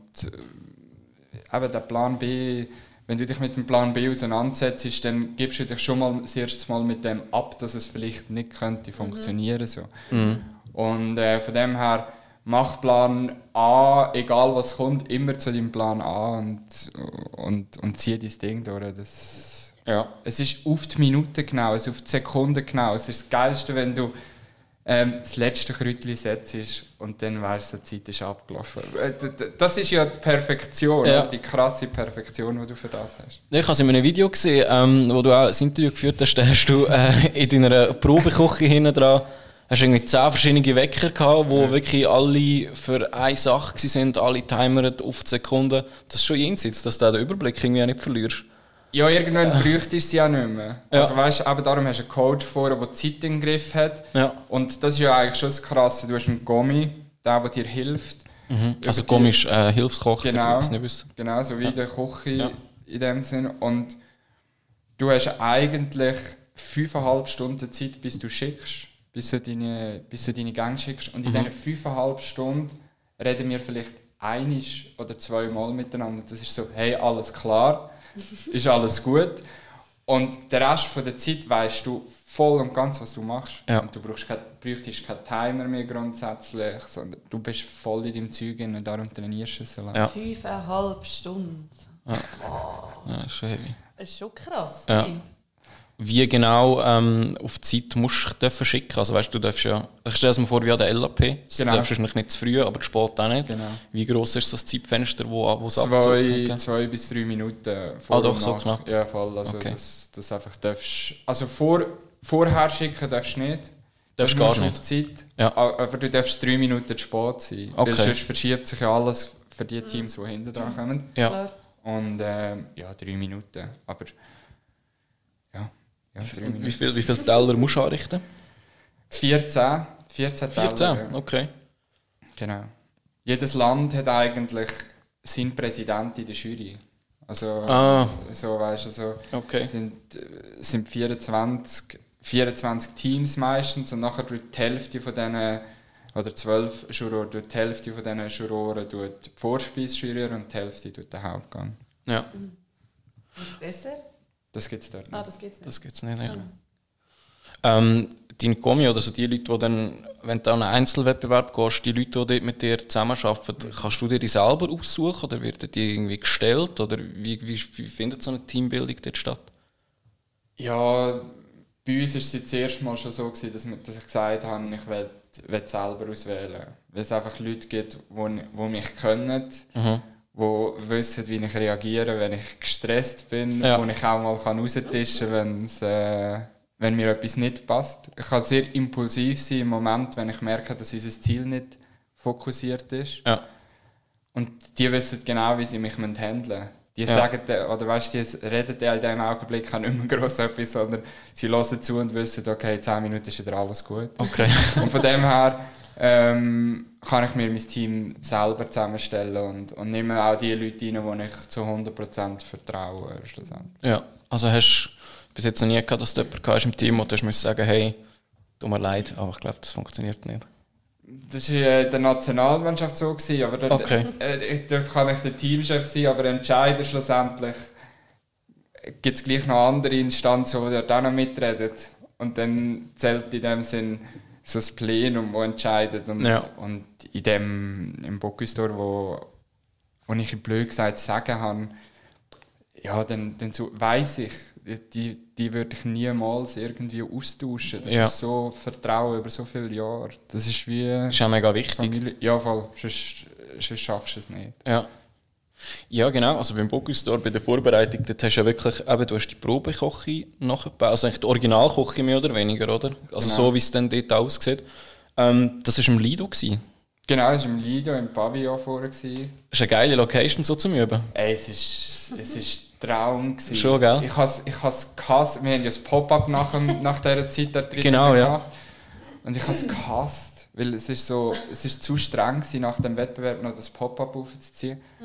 äh, eben der Plan B, wenn du dich mit dem Plan B auseinandersetzt, dann gibst du dich schon mal das erste Mal mit dem ab, dass es vielleicht nicht könnte funktionieren so. Mhm. Und äh, von dem her, mach Plan A, egal was kommt, immer zu deinem Plan A und, und, und zieh dein Ding durch. Das, Ja. Es ist auf die Minute genau, es ist auf die Sekunde genau. Es ist das Geilste, wenn du ähm, das letzte Kreuzchen setzt und dann weißt du, die Zeit ist abgelaufen. Das ist ja die Perfektion, Ja. die krasse Perfektion, die du für das hast. Ich habe es in einem Video gesehen, ähm, wo du auch ein Interview geführt hast, da hast du äh, in deiner Probeküche hinten dran hast irgendwie zehn verschiedene Wecker gehabt, wo ja. wirklich alle für eine Sache waren, alle timern auf die Sekunde. Das ist schon jenseits, dass du den Überblick irgendwie auch nicht verlierst. Ja, irgendwann äh. bräuchtest du es ja nicht mehr. Ja. Also weißt, eben darum hast du einen Coach vorher, der die Zeit im Griff hat. Ja. Und das ist ja eigentlich schon das Krasse. Du hast einen Gommi, der, der dir hilft. Mhm. Also Gommi ist äh, Hilfskoch, genau, für die, die es nicht wissen. Genau, so wie ja. der Koch ja. in dem Sinn. Und du hast eigentlich fünfeinhalb Stunden Zeit, bis du schickst. Bis du deine, bis du deine Gänge schickst. Und in mhm. diesen fünfeinhalb Stunden reden wir vielleicht einisch oder zweimal miteinander. Das ist so, hey, alles klar, ist alles gut. Und den Rest von der Zeit weißt du voll und ganz, was du machst. Ja. Und du brauchst kein, bräuchtest keinen Timer mehr grundsätzlich, sondern du bist voll in deinem Zeug und darum trainierst du es so lange. Ja. Fünfeinhalb Stunden. Ja. Oh. Ja, das ist schon heavy. Das ist schon krass. Ja. Wie genau ähm, auf die Zeit musst du schicken? Also weißt, du darfst ja, ich stelle es mir vor wie an der L A P. Genau. Du darfst nicht, nicht zu früh, aber zu spät auch nicht. Genau. Wie gross ist das Zeitfenster, wo, wo es zwei, zwei bis drei Minuten vor ah, doch, und so nach. knapp. Ja, voll. Also okay. das, das einfach darfst, also vor, vorher schicken darfst du nicht. Darfst gar nicht. Auf Zeit, ja. Aber du darfst drei Minuten zu spät sein. Okay. Weil sonst verschiebt sich ja alles für die Teams, die hinten dran kommen. Ja. Und äh, ja, drei Minuten. Aber ja. Ja, wie viele wie viel Teller musst du anrichten? vierzehn. vierzehn Teller. vierzehn, ja. okay. Genau. Jedes Land hat eigentlich seinen Präsidenten in der Jury. Also, ah. so weißt du, so okay. sind, sind vierundzwanzig, vierundzwanzig Teams meistens und nachher durch die Hälfte von diesen, oder zwölf Juroren, durch die Hälfte von diesen Juroren tut die Vorspeise jurieren und die Hälfte tut den Hauptgang. Ja. Und das Dessert? Das gibt es dort nicht. Ah, das gibt es nicht. Das gibt's nicht, ja. Ähm, deine Kommi oder so die Leute, die dann, wenn du an einen Einzelwettbewerb gehst, die Leute, die dort mit dir zusammenarbeiten, mhm. kannst du dir die selber aussuchen oder wird die irgendwie gestellt? Oder wie, wie, wie findet so eine Teambildung dort statt? Ja, bei uns war es jetzt erste Mal schon so, gewesen, dass, dass ich gesagt habe, ich will, will selber auswählen. Weil es einfach Leute gibt, die, die mich können. Mhm. Die wissen, wie ich reagiere, wenn ich gestresst bin, ja. Wo ich auch mal raustischen kann, äh, wenn mir etwas nicht passt. Ich kann sehr impulsiv sein im Moment, wenn ich merke, dass unser Ziel nicht fokussiert ist. Ja. Und die wissen genau, wie sie mich handeln müssen. Die ja. sagen, oder weißt, die reden in diesem Augenblick auch nicht mehr gross etwas, sondern sie hören zu und wissen, okay, zehn Minuten ist wieder alles gut. Okay. Und von dem her ähm, kann ich mir mein Team selber zusammenstellen und, und nehme auch die Leute rein, denen ich zu hundert Prozent vertraue. Schlussendlich. Ja, also hast du bis jetzt noch nie gehabt, dass du jemanden hast im Team und du musst sagen, hey, tut mir leid, aber ich glaube, das funktioniert nicht. Das war äh, der Nationalmannschaft so, gewesen, aber dort, okay. äh, dort kann ich der Teamchef sein, aber entscheiden schlussendlich gibt es gleich noch andere Instanzen, die dort auch noch mitreden. Und dann zählt in dem Sinn so das Plenum, das entscheidet. Und, ja. und in dem im Bocuse-d'Or, wo, wo ich blöd gesagt sagen habe, ja, dann, dann so weiss ich, die, die würde ich niemals irgendwie austauschen. Das ja. ist so Vertrauen über so viele Jahre. Das ist wie... Das ist auch mega wichtig. Familie. Ja, voll. Sonst, sonst schaffst du es nicht. Ja. Ja, genau. Also beim Bocuse-d'Or, bei der Vorbereitung, dort hast du ja wirklich, eben, du hast die Probekoche nachgebaut, also eigentlich die Originalkoche mehr oder weniger, oder? Also genau. So, wie es dann dort aussieht. Ähm, das war im Lido gewesen. Genau, das war im Lido, im Pavillon vorher. Das ist eine geile Location, so zum Üben. Ey, es ist, es ist Traum gewesen. Schon, gell? Ich has, ich has gehasst. Wir haben ja das Pop-up nach, nach dieser Zeit da drin genau, gemacht. Ja. Und ich habe es gehasst, weil es ist so, es ist zu streng gewesen, nach dem Wettbewerb noch das Pop-up aufzuziehen. Mhm.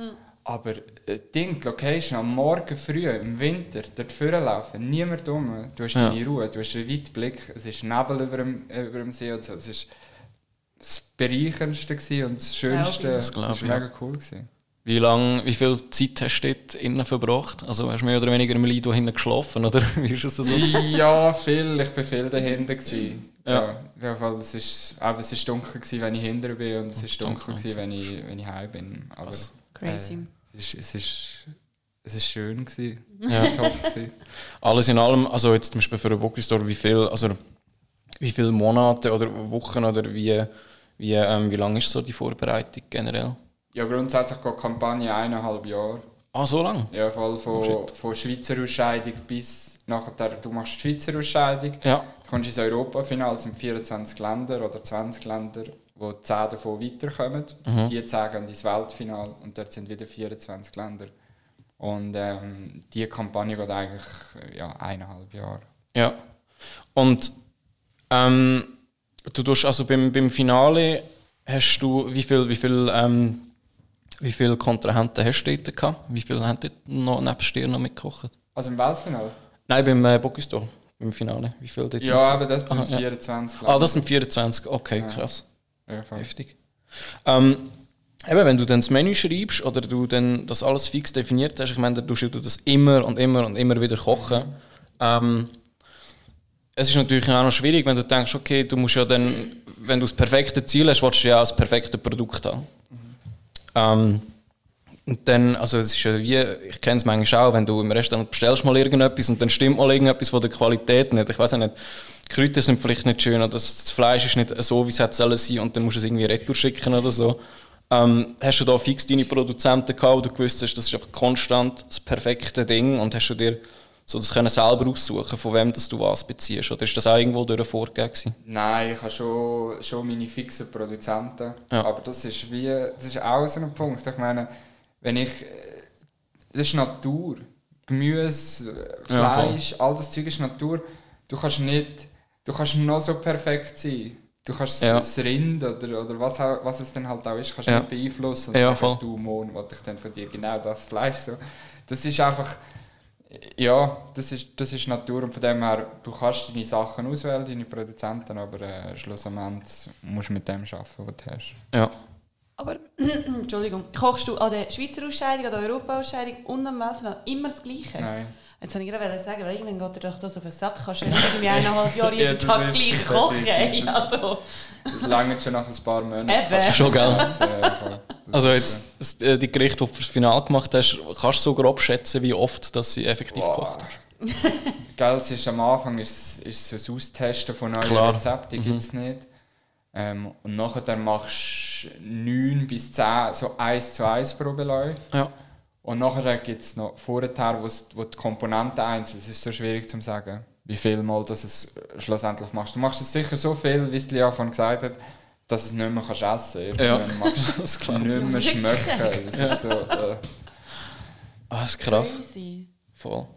Aber äh, Ding, die Location, am Morgen früh, im Winter, dort vorlaufen, niemand rum, du hast Ja. deine Ruhe, du hast einen Weitblick, es ist Nebel über dem, über dem See und so. Es ist das Bereicherndste gewesen und das Schönste. Das Das war glaube ich, mega ja. cool gewesen. Wie, lang, wie viel Zeit hast du dort innen verbracht? Also hast du mehr oder weniger im Lido hinten geschlafen, oder wie ist es so? Ja, viel. Ich war viel dahinter. Gewesen. Ja. Ja. Auf jeden Fall, es ist, aber es ist dunkel gewesen, wenn ich hinter bin und es ist dunkel Dunkel, gewesen, wenn ich, wenn ich heim bin. Aber, Was? Crazy. Äh, es, ist, es, ist, es ist schön gewesen. Ja. Top gewesen. Alles in allem, also jetzt zum Beispiel für einen Bocuse-Store, wie viel, also wie viele Monate oder Wochen oder wie, wie, ähm, wie lange ist so die Vorbereitung generell? Ja, grundsätzlich geht die Kampagne eineinhalb Jahre. Ah, so lang? Ja, voll von, Oh, von Schweizer Ausscheidung bis nachher, du machst die Schweizer Ausscheidung. Ja. Du kommst ins Europafinale, es sind vierundzwanzig Länder oder zwanzig Länder, wo zehn davon weiterkommen. Mhm. Die zehn gehen ins Weltfinale und dort sind wieder vierundzwanzig Länder. Und ähm, diese Kampagne geht eigentlich ja, eineinhalb Jahre. Ja. Und ähm, du tust also beim, beim Finale hast du, wie viel, wie viel, ähm, wie viele Kontrahenten hast du dort gehabt? Wie viele haben dort noch nebst dir noch mitgekocht? Also im Weltfinale? Nein, beim äh, Bocuse-Store, beim Finale. Wie viel dort Ja, noch aber das sind Aha, ja. vierundzwanzig Ah, das sind vierundzwanzig, okay, Ja. krass. Ja, voll. Heftig. Ähm, eben, wenn du dann das Menü schreibst oder du dann das alles fix definiert hast, ich meine, dann tust du das immer und immer und immer wieder kochen. Ähm, es ist natürlich auch noch schwierig, wenn du denkst, okay, du musst ja dann, wenn du das perfekte Ziel hast, willst du ja auch das perfekte Produkt haben. Ähm, und dann, also es ist ja wie, ich kenne es manchmal auch, wenn du im Restaurant bestellst mal irgendetwas und dann stimmt mal irgendetwas von der Qualität nicht. Ich weiß auch nicht, die Kräuter sind vielleicht nicht schön oder das, das Fleisch ist nicht so, wie es hätte sollen sein und dann musst du es irgendwie retour schicken oder so. Ähm, hast du da fix deine Produzenten gehabt, wo du gewusst hast, das ist einfach konstant das perfekte Ding und hast du dir so das können selber aussuchen, von wem dass du was beziehst? Oder ist das auch irgendwo durch vorgegeben gewesen? Nein, ich habe schon, schon meine fixen Produzenten. Ja. Aber das ist wie, das ist auch so ein Punkt. Ich meine, wenn ich, das ist Natur. Gemüse, Ja, Fleisch, all das Zeug ist Natur. Du kannst nicht, du kannst noch so perfekt sein. Du kannst Ja. das Rind oder, oder was, auch, was es dann halt auch ist, kannst Ja. nicht beeinflussen. Ja, Und voll. du, morgen will ich dann von dir genau das Fleisch. So. Das ist einfach, ja, das ist, das ist Natur und von dem her, du kannst deine Sachen auswählen, deine Produzenten, aber äh, schlussendlich musst du mit dem arbeiten, was du hast. Ja. Aber, Entschuldigung, kochst du an der Schweizer Ausscheidung, an der Europa-Ausscheidung und am Weltfinale immer das Gleiche? Nein. Jetzt wollte ich gerade sagen, weil irgendwann geht dir doch das auf den Sack, kannst du nicht irgendwie eineinhalb Jahre Ja, jeden das Tag das ist Gleiche definitiv kochen. Ey, das- also. Das langt schon nach ein paar Monaten. Eben. Schon, gell? Das, äh, voll. Das Also ist, jetzt, das, äh, die Gerichte, die du fürs Finale gemacht hast, kannst du so grob schätzen, wie oft dass sie effektiv Wow. gekocht hast? Gell, es ist am Anfang ist, ist so das Austesten von neuen Klar. Rezepten, die Mhm. gibt es nicht. Ähm, und nachher machst du neun bis zehn so eins zu eins Probeläufe. Ja. Und nachher gibt es noch vorher, wo, es- wo die Komponenten einzeln, es ist so schwierig zu sagen, wie viel Mal dass es äh, schlussendlich machst. Du machst es sicher so viel, wie es Lia von gesagt hat, dass du es nicht mehr kannst essen kannst. Ja. Irgendwann machst du Das es glaub ich. nicht mehr schmecken. Das ist so, äh, Ah, das ist krass. Crazy. Voll.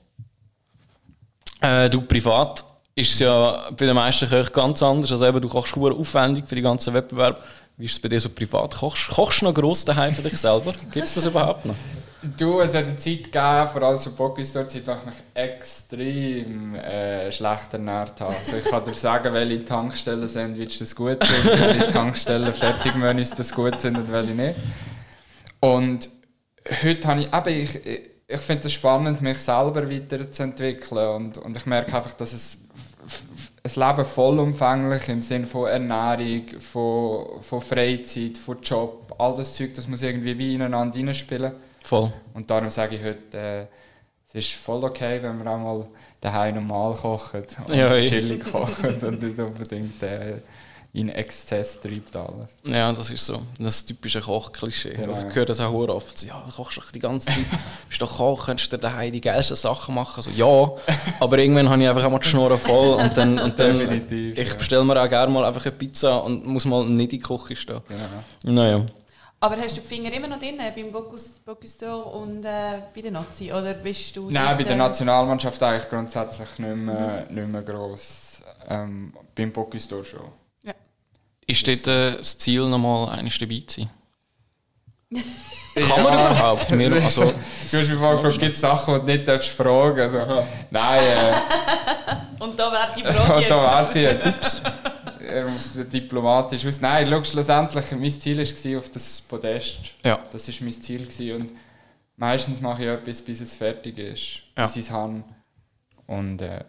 Äh, du, privat ist es ja bei den meisten Köchen ganz anders. Also eben, du kochst sehr aufwendig für die ganzen Wettbewerbe. Wie ist es bei dir so privat? Kochst, kochst du noch gross daheim für dich selber? Gibt es das überhaupt noch? Du, es hat eine Zeit gegeben, vor allem so Bocuse-Store-Zeit, wo ich mich extrem äh, schlecht ernährt habe. Also ich kann dir sagen, welche Tankstellen-Sandwich das gut sind, welche Tankstellen-Fertigmenüs das gut sind und welche nicht. Und heute habe ich, eben, ich, ich, ich finde es spannend, mich selber weiterzuentwickeln und, und ich merke einfach, dass es ein Leben vollumfänglich im Sinne von Ernährung, von, von Freizeit, von Job, all das Zeug, das muss irgendwie wie ineinander hineinspielen. Voll. Und darum sage ich heute, äh, es ist voll okay, wenn wir auch mal daheim normal kochen und Ja, ja. chillig kochen und nicht unbedingt äh, in Exzess treibt alles. Ja, das ist so. Das typische Kochklischee. Genau. Also ich höre das auch sehr oft. So, ja, du kochst doch die ganze Zeit. Du bist doch Koch, könntest dir daheim die geilsten Sachen machen. Also, ja, aber irgendwann habe ich einfach einmal die Schnurren voll. Und dann, und dann Definitiv, ich ja. bestelle mir auch gerne mal einfach eine Pizza und muss mal nicht in die Küche stehen. Genau. Naja. Aber hast du die Finger immer noch drin beim Bocuse Bocuse und äh, bei der Nazi? Oder bist du Nein, dort, bei der äh, Nationalmannschaft eigentlich grundsätzlich nicht mehr, nicht mehr gross. Ähm, beim Bocuse-Store schon. Ja. Ist dort äh, das Ziel, nochmal einmal dabei zu sein? Kann man Ja. überhaupt? Wir, also, Du hast mich mal gefragt, gibt es Sachen, die du nicht darfst fragen also, nein, äh, Und da wäre die Frage jetzt. da war sie jetzt. Er muss diplomatisch aus. Nein, schau, schlussendlich, mein Ziel war auf das Podest. ja. Das war mein Ziel. Gewesen. Und meistens mache ich etwas, bis es fertig ist, Ja. bis ich es habe. Und äh,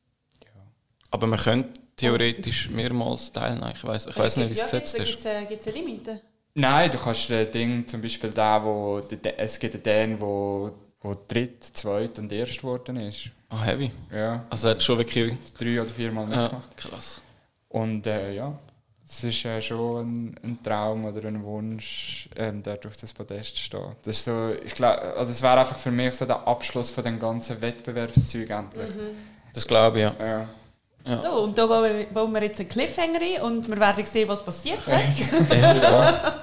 Aber man könnte theoretisch mehrmals teilnehmen. Ich weiß ich weiss nicht, wie es ja, gesetzt ist. Gibt es eine Limite? nein, du kannst ein Ding, zum Beispiel der, wo, es gibt einen, wo, wo dritt, zweit und erst geworden ist. Ah, heavy. Ja, Also er hat schon wirklich... drei oder viermal Ja, mitgemacht. krass. Und äh, ja, es ist äh, schon ein, ein Traum oder ein Wunsch, ähm, dort auf das Podest zu stehen. Das ist so, ich glaube, also es wäre einfach für mich so der Abschluss von dem ganzen Wettbewerbszeug endlich. Das glaube ich, ja. Ja. Ja. So, und da bauen wir, bauen wir jetzt einen Cliffhanger ein und wir werden sehen, was passiert. He? Ja.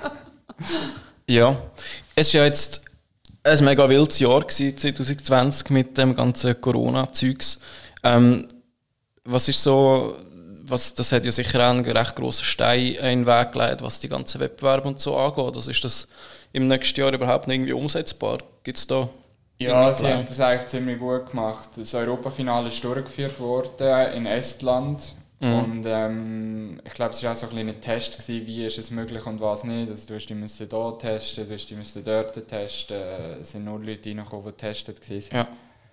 Ja. Es war ja jetzt ein mega wildes Jahr gewesen, zwanzig zwanzig mit dem ganzen Corona-Zeugs. Ähm, was ist so... Was, das hat ja sicher auch einen recht grossen Stein in den Weg gelegt, was die ganzen Wettbewerbe und so angeht. Also ist das im nächsten Jahr überhaupt noch irgendwie umsetzbar? Gibt es da Ja, sie haben das eigentlich ziemlich gut gemacht. Das Europafinale ist durchgeführt worden in Estland. Mhm. Und ähm, ich glaube, es war auch so ein kleiner Test gewesen, wie ist es möglich und was nicht. Also, du hast die müssen hier testen, du hast die müssen dort testen. Es sind nur Leute reingekommen, die getestet waren. Ja.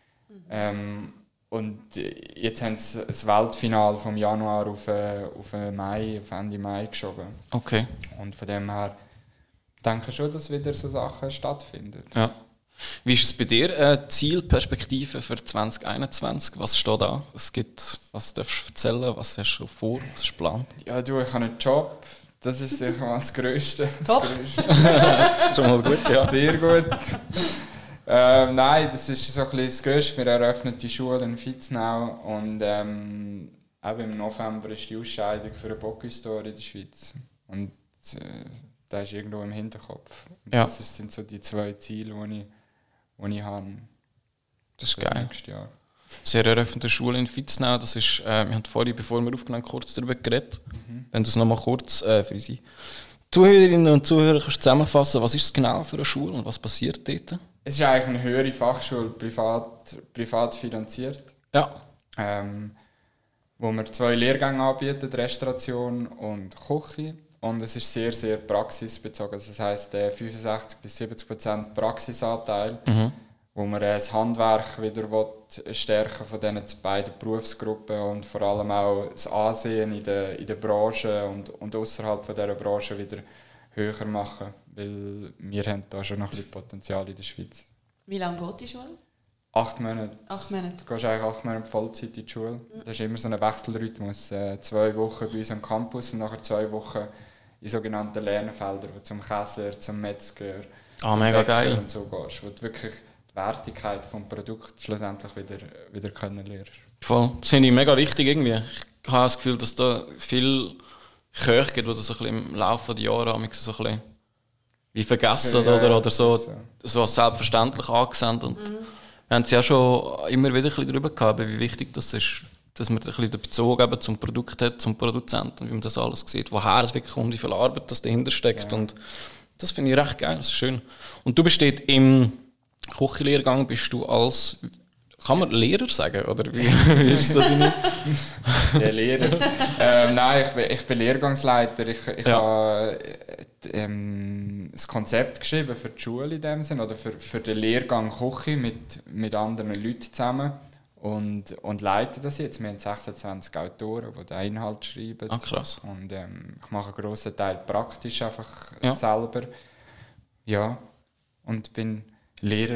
Ähm, und jetzt haben sie das Weltfinale vom Januar auf, äh, auf Mai, auf Ende Mai geschoben. Okay. Und von dem her denke ich schon, dass wieder so Sachen stattfinden. Ja. Wie ist es bei dir? Äh, Zielperspektive für zwanzig einundzwanzig? Was steht da? Es gibt, was darfst du erzählen? Was hast du vor? Was ist geplant? Ja, du, ich habe einen Job. Das ist sicher mal das Größte. Das Top. Größte. Schon mal gut, ja. Sehr gut. ähm, nein, das ist so ein bisschen das Größte. Wir eröffnen die Schule in Vitznau und ähm, eben im November ist die Ausscheidung für eine Bocuse-d'Or in der Schweiz. Und äh, das ist irgendwo im Hinterkopf. Und Ja. das sind so die zwei Ziele, die ich, die ich habe. Das ist für das geil. nächste Jahr. Sehr eröffnete Schule in Vitznau. Das ist, äh, wir haben vorhin, bevor wir aufgenommen haben, kurz darüber geredet. Mhm. Wenn du es nochmal kurz äh, für unsere Zuhörerinnen und Zuhörer kannst zusammenfassen, was ist es genau für eine Schule und was passiert dort? Es ist eigentlich eine höhere Fachschule, privat, privat finanziert. Ja. Ähm, wo wir zwei Lehrgänge anbieten, Restauration und Küche. Und es ist sehr, sehr praxisbezogen. Das heisst, äh, fünfundsechzig bis siebzig Prozent Praxisanteil, Mhm. wo man äh, das Handwerk wieder will, stärken von diesen beiden Berufsgruppen und vor allem auch das Ansehen in der, in der Branche und, und außerhalb von dieser Branche wieder höher machen. Weil wir haben da schon noch ein bisschen Potenzial in der Schweiz. Wie lange geht die Schule? Acht Monate. Acht Monate. Du gehst eigentlich acht Monate Vollzeit in die Schule. Das ist immer so ein Wechselrhythmus. Äh, zwei Wochen bei uns am Campus und nachher zwei Wochen in sogenannten Lernfeldern, wo du zum Käser, zum Metzger, Ah, zum mega Bäcker geil. und so gehst, wo du wirklich die Wertigkeit des Produkts schlussendlich wieder, wieder kennenlernst. Voll. Das finde ich mega wichtig irgendwie. Ich habe das Gefühl, dass da viel Köche gibt, die das so ein bisschen im Laufe der Jahre manchmal so ein bisschen wie vergessen Ja, oder, oder so, so. so als selbstverständlich angesehen. Und wir haben es ja schon immer wieder ein bisschen darüber gehabt, wie wichtig das ist, dass man ein bisschen den Bezug eben zum Produkt hat, zum Produzenten und wie man das alles sieht, woher es wirklich kommt, wie viel Arbeit das dahinter steckt. Ja. Und das finde ich recht geil, das ist schön. Und du bist dort im Kochlehrgang, bist du als, kann man Lehrer sagen, oder wie, wie ist das deine? Der Lehrer. ähm, nein, ich bin, ich bin Lehrgangsleiter. Ich, ich Ja. habe äh, ähm, das Konzept geschrieben für die Schule in dem Sinn, oder für, für den Lehrgang Küche mit, mit anderen Leuten zusammen und, und leite das jetzt. Wir haben sechsundzwanzig Autoren, die den Inhalt schreiben. Ah, krass. Und ähm, ich mache einen grossen Teil praktisch einfach Ja. selber. Ja, und bin Lehrer.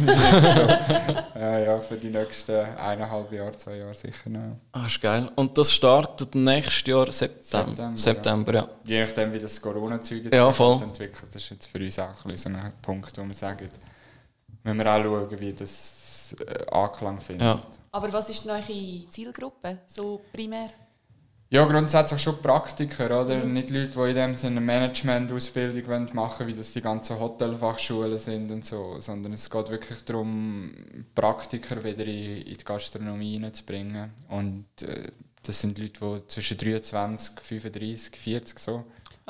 so, äh, ja, für die nächsten eineinhalb Jahre, zwei Jahre sicher noch. Ah, ist geil. Und das startet nächstes Jahr September. September, September, ja. Je nachdem, wie das Corona-Zeug jetzt Ja, sich voll. entwickelt, das ist jetzt für uns auch ein, bisschen so ein Punkt, wo wir sagen, müssen wir auch schauen, wie das äh, Anklang findet. Ja. Aber was ist denn eure Zielgruppe, so primär? Ja, grundsätzlich schon Praktiker, oder? Nicht Leute, die in dem Sinne eine Management-Ausbildung machen wollen, wie das die ganzen Hotelfachschulen sind und so, sondern es geht wirklich darum, Praktiker wieder in, in die Gastronomie hineinzubringen. Und äh, das sind Leute, die zwischen dreiundzwanzig, fünfunddreißig, vierzig so.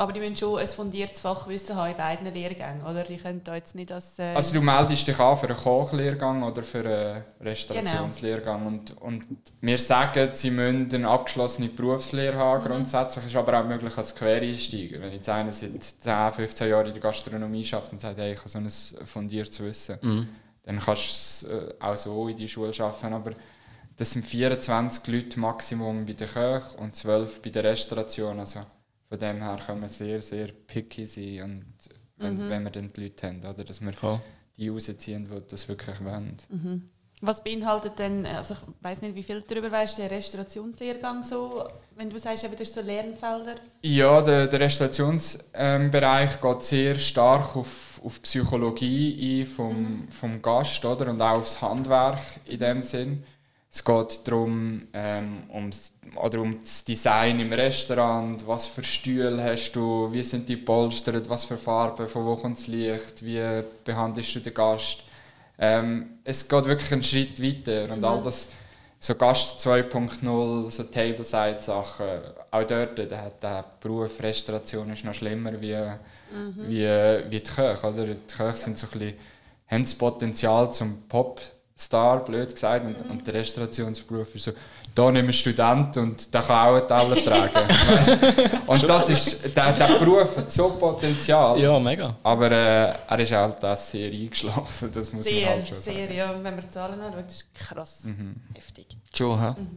Aber die müssen schon ein fundiertes Fachwissen haben in beiden Lehrgängen, oder? Die können da jetzt nicht als... Äh also du meldest dich an für einen Kochlehrgang oder für einen Restaurationslehrgang. Genau. Und, und wir sagen, sie müssen eine abgeschlossene Berufslehre haben, mhm. grundsätzlich. Es ist aber auch möglich als Quereinsteiger. Wenn jetzt einer seit zehn, fünfzehn Jahren in der Gastronomie arbeitet und sagt, hey, ich habe so ein fundiertes Wissen, mhm. dann kannst du es auch so in die Schule arbeiten. Aber das sind vierundzwanzig Leute Maximum bei den Köchen und zwölf bei der Restauration. Also von dem her können wir sehr, sehr picky sein, und wenn, mhm. wenn wir dann die Leute haben, oder, dass wir Voll. die rausziehen, die das wirklich wollen. Mhm. Was beinhaltet denn, also ich weiss nicht, wie viel du darüber weißt, der Restaurationslehrgang so, wenn du sagst, eben, das sind so Lernfelder? Ja, der, der Restaurationsbereich ähm, geht sehr stark auf, auf Psychologie ein vom, mhm. vom Gast, oder, und auch aufs Handwerk in dem Sinn. Es geht darum, ähm, ums, oder um das Design im Restaurant, was für Stühle hast du, wie sind die polstert, was für Farben, von wo kommt das Licht, wie behandelst du den Gast. Ähm, es geht wirklich einen Schritt weiter, und mhm. all das, so Gast zwei Punkt null, so Tableside-Sachen, auch dort, der, der Beruf Restauration ist noch schlimmer wie, mhm. wie, wie die Köche. Oder? Die Köche sind so ein bisschen, haben das Potenzial zum Pop Star, blöd gesagt, und, und der Restaurationsberuf ist so, da nehmen wir Student und der kann auch einen Teller tragen. Und das ist, der, der Beruf hat so Potenzial. Ja, mega. Aber äh, er ist halt auch sehr eingeschlafen, das muss sehr, man halt schon sehr, sagen. Sehr, ja. Wenn man Zahlen anschaut, das ist krass, mhm. heftig. Schon, hä? Mhm.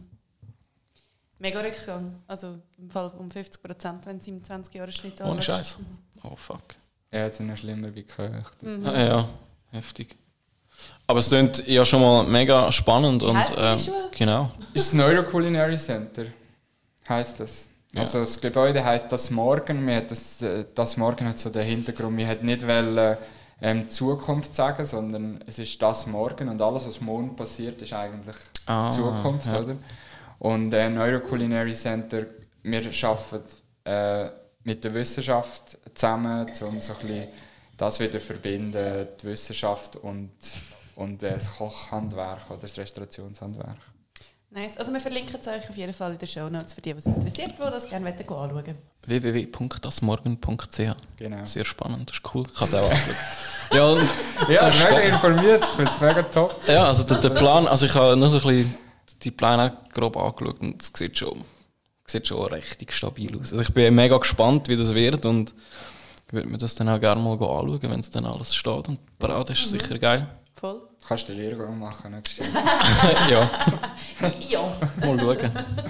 Mega Rückgang, also im Fall um fünfzig Prozent, wenn es im zwanzig Jahre Schnitt anschaut. Ohne Scheiß. Mhm. Oh fuck. Ja, es ist noch schlimmer wie Köche. Mhm. Ah, ja, heftig. Aber es klingt ja schon mal mega spannend. Wie und heisst ähm, die Schule? Genau. Das Neuroculinary Center heisst das. Ja. Also das Gebäude heisst «Das Morgen». Wir hat das, «Das Morgen» hat so den Hintergrund, wir wollten nicht wollen, ähm, Zukunft sagen, sondern es ist «Das Morgen», und alles, was morgen passiert, ist eigentlich ah, Zukunft. Ja. Oder? Und äh, Neuroculinary Center, wir arbeiten äh, mit der Wissenschaft zusammen, um so ein bisschen das wieder verbinden, die Wissenschaft und und das Kochhandwerk oder das Restaurationshandwerk. Nice. Also wir verlinken es euch auf jeden Fall in den Shownotes für die, die es interessiert, die das gerne anschauen wollen. w w w punkt das morgen punkt c h. Genau. Sehr spannend, das ist cool. Ich kann es auch anschauen. ja, und, ja mega informiert, ich finde es mega top. Ja, also der, der Plan, also ich habe nur so ein bisschen die Pläne grob angeschaut und es sieht schon, sieht schon richtig stabil aus. Also ich bin mega gespannt, wie das wird, und ich würde mir das dann auch gerne mal anschauen, wenn es dann alles steht und bereit ist. Mhm. Sicher geil. Voll. Kannst du den Lehrgang machen nächstes Jahr? ja. ja. Mal schauen.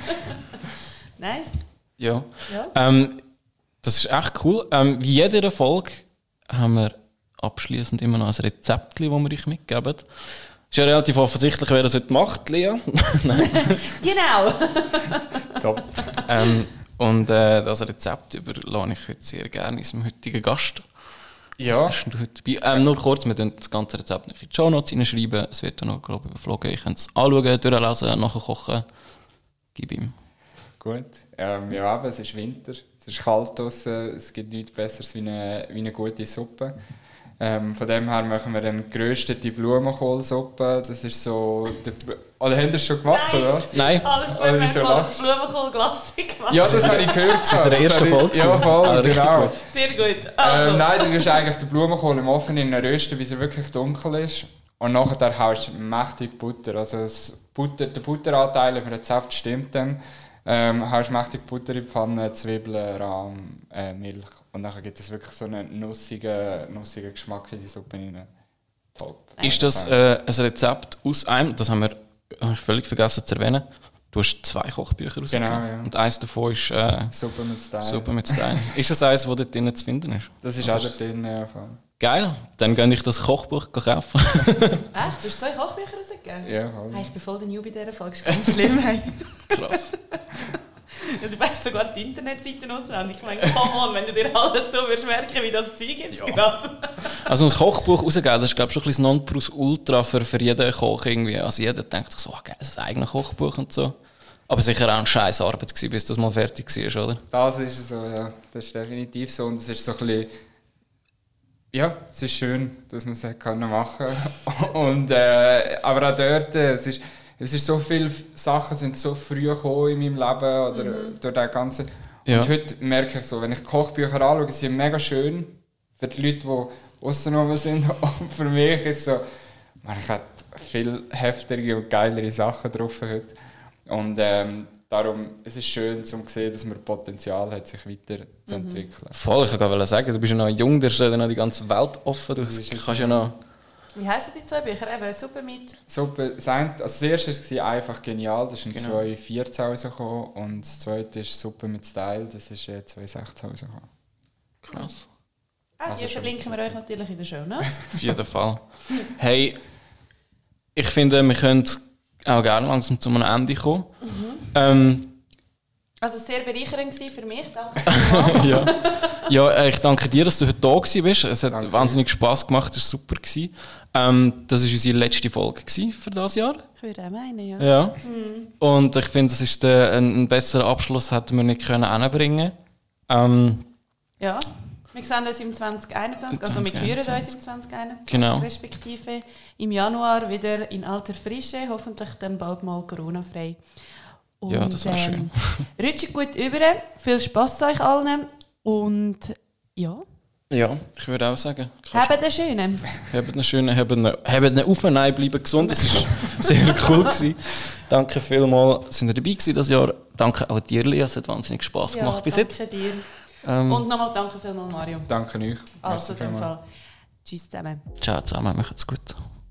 Nice. Ja. ja. Ähm, das ist echt cool. Ähm, wie jede Folge haben wir abschließend immer noch ein Rezept, das wir euch mitgeben. Es ist ja relativ offensichtlich, wer das heute macht, Lea. Genau. Top. Ähm, und äh, das Rezept überlasse ich heute sehr gerne unserem heutigen Gast. Ja. Was hast du heute dabei? Ähm, nur kurz, wir können das ganze Rezept in die Shownotes hineinschreiben. Es wird dann noch, glaube ich, überflogen. Ich kann es anschauen, durchlesen, nachher kochen. Gib ihm. Gut. Ähm, ja, aber es ist Winter, es ist kalt draussen, es gibt nichts Besseres wie eine, wie eine gute Suppe. Ähm, von dem her machen wir dann geröstete Blumenkohlsuppe. Das ist so... Der, oder habt ihr es schon gemacht, Nein. oder was? Nein. Alles gut, wir haben mal das Blumenkohl-Glasse gemacht. Ja, das habe ich gehört. Das ist in der ersten Folge. Ja, voll, ah, genau. Gut. Sehr gut. Also. Ähm, nein, du musst eigentlich den Blumenkohl im Ofen rösten, bis er wirklich dunkel ist. Und nachher haust du mächtig Butter. Also das Butter, der Butteranteil im Rezept stimmt dann. Ähm, haust mächtig Butter in die Pfanne, Zwiebeln, Rahm, äh, Milch. Und dann gibt es wirklich so einen nussigen, nussigen Geschmack in die Suppe rein. Top. Ist das äh, ein Rezept aus einem, das haben wir hab ich völlig vergessen zu erwähnen, du hast zwei Kochbücher rausgegeben. Genau, ja. Und eines davon ist äh, Suppe mit Stein. Suppe mit Stein. Ist das eines, das dort drinnen zu finden ist? Das ist auch dort drin, ja. Geil, dann gehe ich das Kochbuch kaufen. Echt? Du hast zwei Kochbücher rausgegeben? Ja, voll. Hey, ich bin voll der Newbie dieser Folge, das ist ganz schlimm. Hey. Krass. Ja, du weißt sogar die Internetseiten auswendig. Ich meine, come on, wenn du dir alles so wirst merken, wie das Zeug jetzt ja. gerade. Also ein Kochbuch rausgeben, das ist glaube ich schon ein bisschen das Nonplusultra für, für jeden Koch irgendwie. Also jeder denkt sich so, oh, geil, das ist ein eigenes Kochbuch und so. Aber sicher auch eine scheiß Arbeit gewesen, bis das mal fertig war, oder? Das ist so, ja. Das ist definitiv so. Und es ist so ein bisschen... Ja, es ist schön, dass man es machen kann. Und, äh, aber auch dort, es ist... Es ist so viele Sachen sind so früh gekommen in meinem Leben oder mhm. durch das Ganze. Ja. Und heute merke ich so, wenn ich Kochbücher anschaue, sie sind mega schön für die Leute, die aussen sind. Und für mich ist es so, man, ich hätte viel heftigere und geilere Sachen drauf heute. Und ähm, darum es ist es schön zu sehen, dass man Potenzial hat, sich weiterzuentwickeln. Mhm. Voll, ich wollte sagen, du bist ja noch jung, du hast ja noch die ganze Welt offen. Du kannst ja noch... Wie heissen die zwei Bücher? Eben, Suppe mit... Suppe, das, eine, also das erste war einfach genial, das ist in genau. zwanzig vierzehn rausgekommen. Und das zweite ist Suppe mit Style, das ist äh, zwanzig sechzehn rausgekommen. Krass. Ah, die also verlinken wir euch natürlich in der Show, ne? Auf jeden Fall. Hey, ich finde, wir können auch gerne langsam zu einem Ende kommen. Mhm. Ähm, also sehr bereichernd für mich, danke. ja. ja, ich danke dir, dass du heute da bist. Es hat danke. wahnsinnig Spass gemacht, es war super. Ähm, das war unsere letzte Folge für dieses Jahr. Ich würde auch meinen, ja. ja. Mhm. Und ich finde, das ist der, ein, ein besserer Abschluss, hätten wir nicht können hinbringen können. Ähm, ja, wir sehen uns im zwanzig einundzwanzig, also wir hören uns im zwanzig einundzwanzig, genau. respektive im Januar wieder in alter Frische, hoffentlich dann bald mal Corona-frei. Und, ja, das wäre schön. Ähm, rutscht gut über, viel Spass euch allen und ja. Ja, ich würde auch sagen. Habt einen schönen. Habt einen schönen, habt einen, habt einen auf, nein, bleiben gesund, das war sehr cool gewesen. Danke vielmals, dass ihr dabei gewesen dieses Jahr. Danke auch dir, Lia, es hat wahnsinnig Spass gemacht ja, bis danke jetzt. Dir. Ähm, und nochmal danke vielmals, Mario. Danke euch. Also, in dem Fall. Tschüss zusammen. Ciao zusammen, macht's gut.